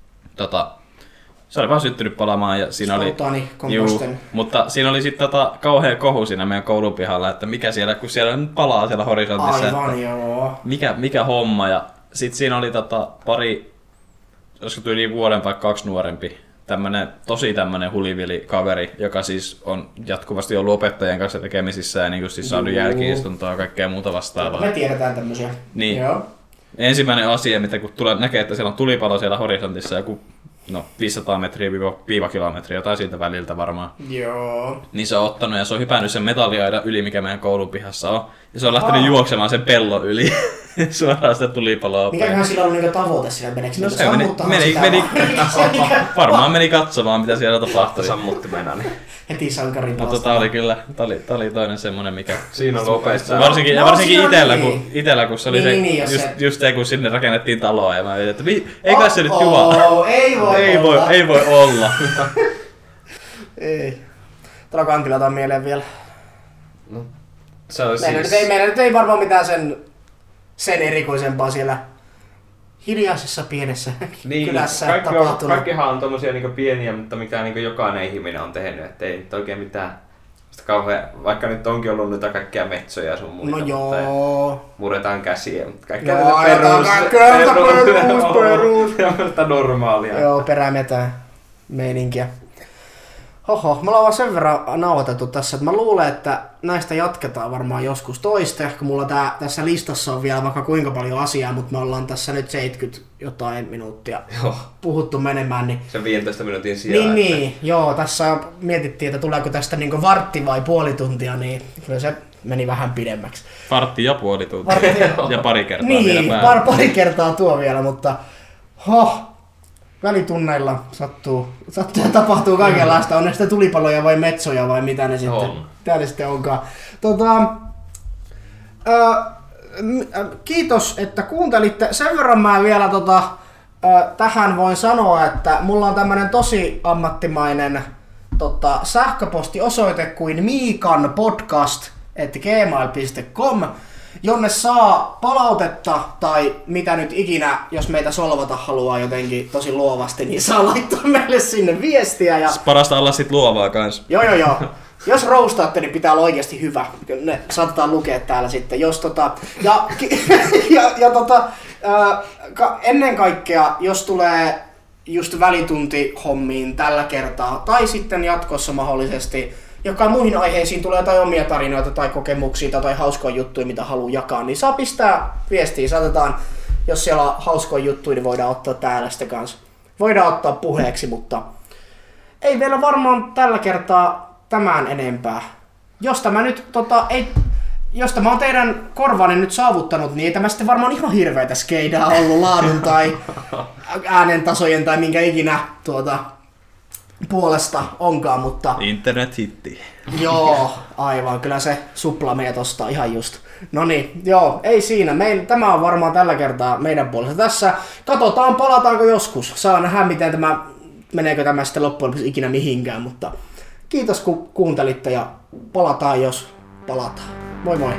se oli vaan syttynyt palaamaan ja siinä oli, mutta siinä oli sitten kauhea kohu siinä meidän koulun pihalla, että mikä siellä, kun siellä nyt palaa siellä horisontissa, aivan joo. Mikä homma ja sitten siinä oli pari, olisiko tyyli vuoden tai 2 nuorempi, tosi tämmönen hulivili kaveri, joka siis on jatkuvasti ollut opettajien kanssa tekemisissä ja niin siis saanut jälki-istuntoa ja kaikkea muuta vastaavaa. Me tiedetään tämmösiä. Niin. Joo. Ensimmäinen asia, mitä kun näkee, että siellä on tulipalo siellä horisontissa, joku 500 metriä kilometriä, jotain siitä väliltä varmaan. Joo. Niin se on ottanut ja se on hypännyt sen metalliaidan yli, mikä meidän koulun pihassa on. Ja se on lähtenyt juoksemaan sen pellon yli suoraan sitä tulipaloa. Mikäköhän sillä on niinku tavoite siinä? Meneekö meni varmaan meni katsomaan, mitä siellä tapahtui. Sammutti mennä. Heti sankarin mutta tää oli toinen semmonen, mikä... Siinä on lopettaa. Varsinkin itellä, kun se oli just se, kun sinne rakennettiin taloa ja mä mietin, että ei kai se nyt juo. Ei voi olla. Ei. Täällä kantilataan mieleen vielä. No, meillä nyt ei varmaan mitään sen erikoisempaa siellä hiljaisessa pienessä kylässä tapahtunut. Kaikkihan on tommosia niinku pieniä, mutta mitä niinku jokainen ihminen on tehnyt, ettei nyt oikein mitään kauhean, vaikka nyt onkin ollut noita kaikkia metsoja sun muita, no joo. Murretaan käsiä, mutta kaikkea perus normaalia. Joo, perämetää meininkiä. Oho, me ollaan vaan sen verran nauhoitettu tässä, että mä luulen, että näistä jatketaan varmaan joskus toista. Ehkä mulla tässä listassa on vielä vaikka kuinka paljon asiaa, mutta me ollaan tässä nyt 70 jotain minuuttia puhuttu menemään. Niin... Se 15 minuutin sijaan. Niin, joo, tässä mietittiin, että tuleeko tästä niinku vartti vai puoli tuntia, niin kyllä se meni vähän pidemmäksi. Vartti ja puoli tuntia. Ja pari kertaa niin, vielä päälle. Pari kertaa tuo vielä, mutta välitunneilla sattuu ja tapahtuu kaikenlaista. On ne sitten tulipaloja vai metsoja vai mitä ne sitten onkaan. Kiitos, että kuuntelitte. Sen verran mä vielä tähän voin sanoa, että mulla on tämmönen tosi ammattimainen sähköpostiosoite kuin miikanpodcast@gmail.com, jonne saa palautetta tai mitä nyt ikinä, jos meitä solvata haluaa jotenkin tosi luovasti, niin saa laittaa meille sinne viestiä. Ja... Parasta olla sit luovaa kans. Joo. Jos roustaatte, niin pitää olla oikeasti hyvä. Ne saatetaan lukea täällä sitten. Jos ennen kaikkea, jos tulee just välituntihommiin tällä kertaa, tai sitten jatkossa mahdollisesti joka muihin aiheisiin tulee tai omia tarinoita tai kokemuksia tai hauskoja juttuja, mitä haluaa jakaa, niin saa pistää viestiä. Saatetaan, jos siellä on hauskoja juttuja, niin voidaan ottaa täällä sitten kanssa. Voidaan ottaa puheeksi, mutta ei vielä varmaan tällä kertaa tämän enempää. Jos tämä nyt jos tämä on teidän korvaanne nyt saavuttanut, niin ei tämä sitten varmaan ihan hirveätä skeidaa ollut laadun tai äänentasojen tai minkä ikinä puolesta onkaan, mutta... Internet-hitti. Joo, aivan. Kyllä se suplamee tosta ihan just. Noniin, joo, ei siinä. Tämä on varmaan tällä kertaa meidän puolesta tässä. Katsotaan, palataanko joskus. Saa nähdä, miten meneekö tämä sitten loppujen lopuksi ikinä mihinkään, mutta kiitos kun kuuntelitte ja palataan, jos palataan. Moi moi!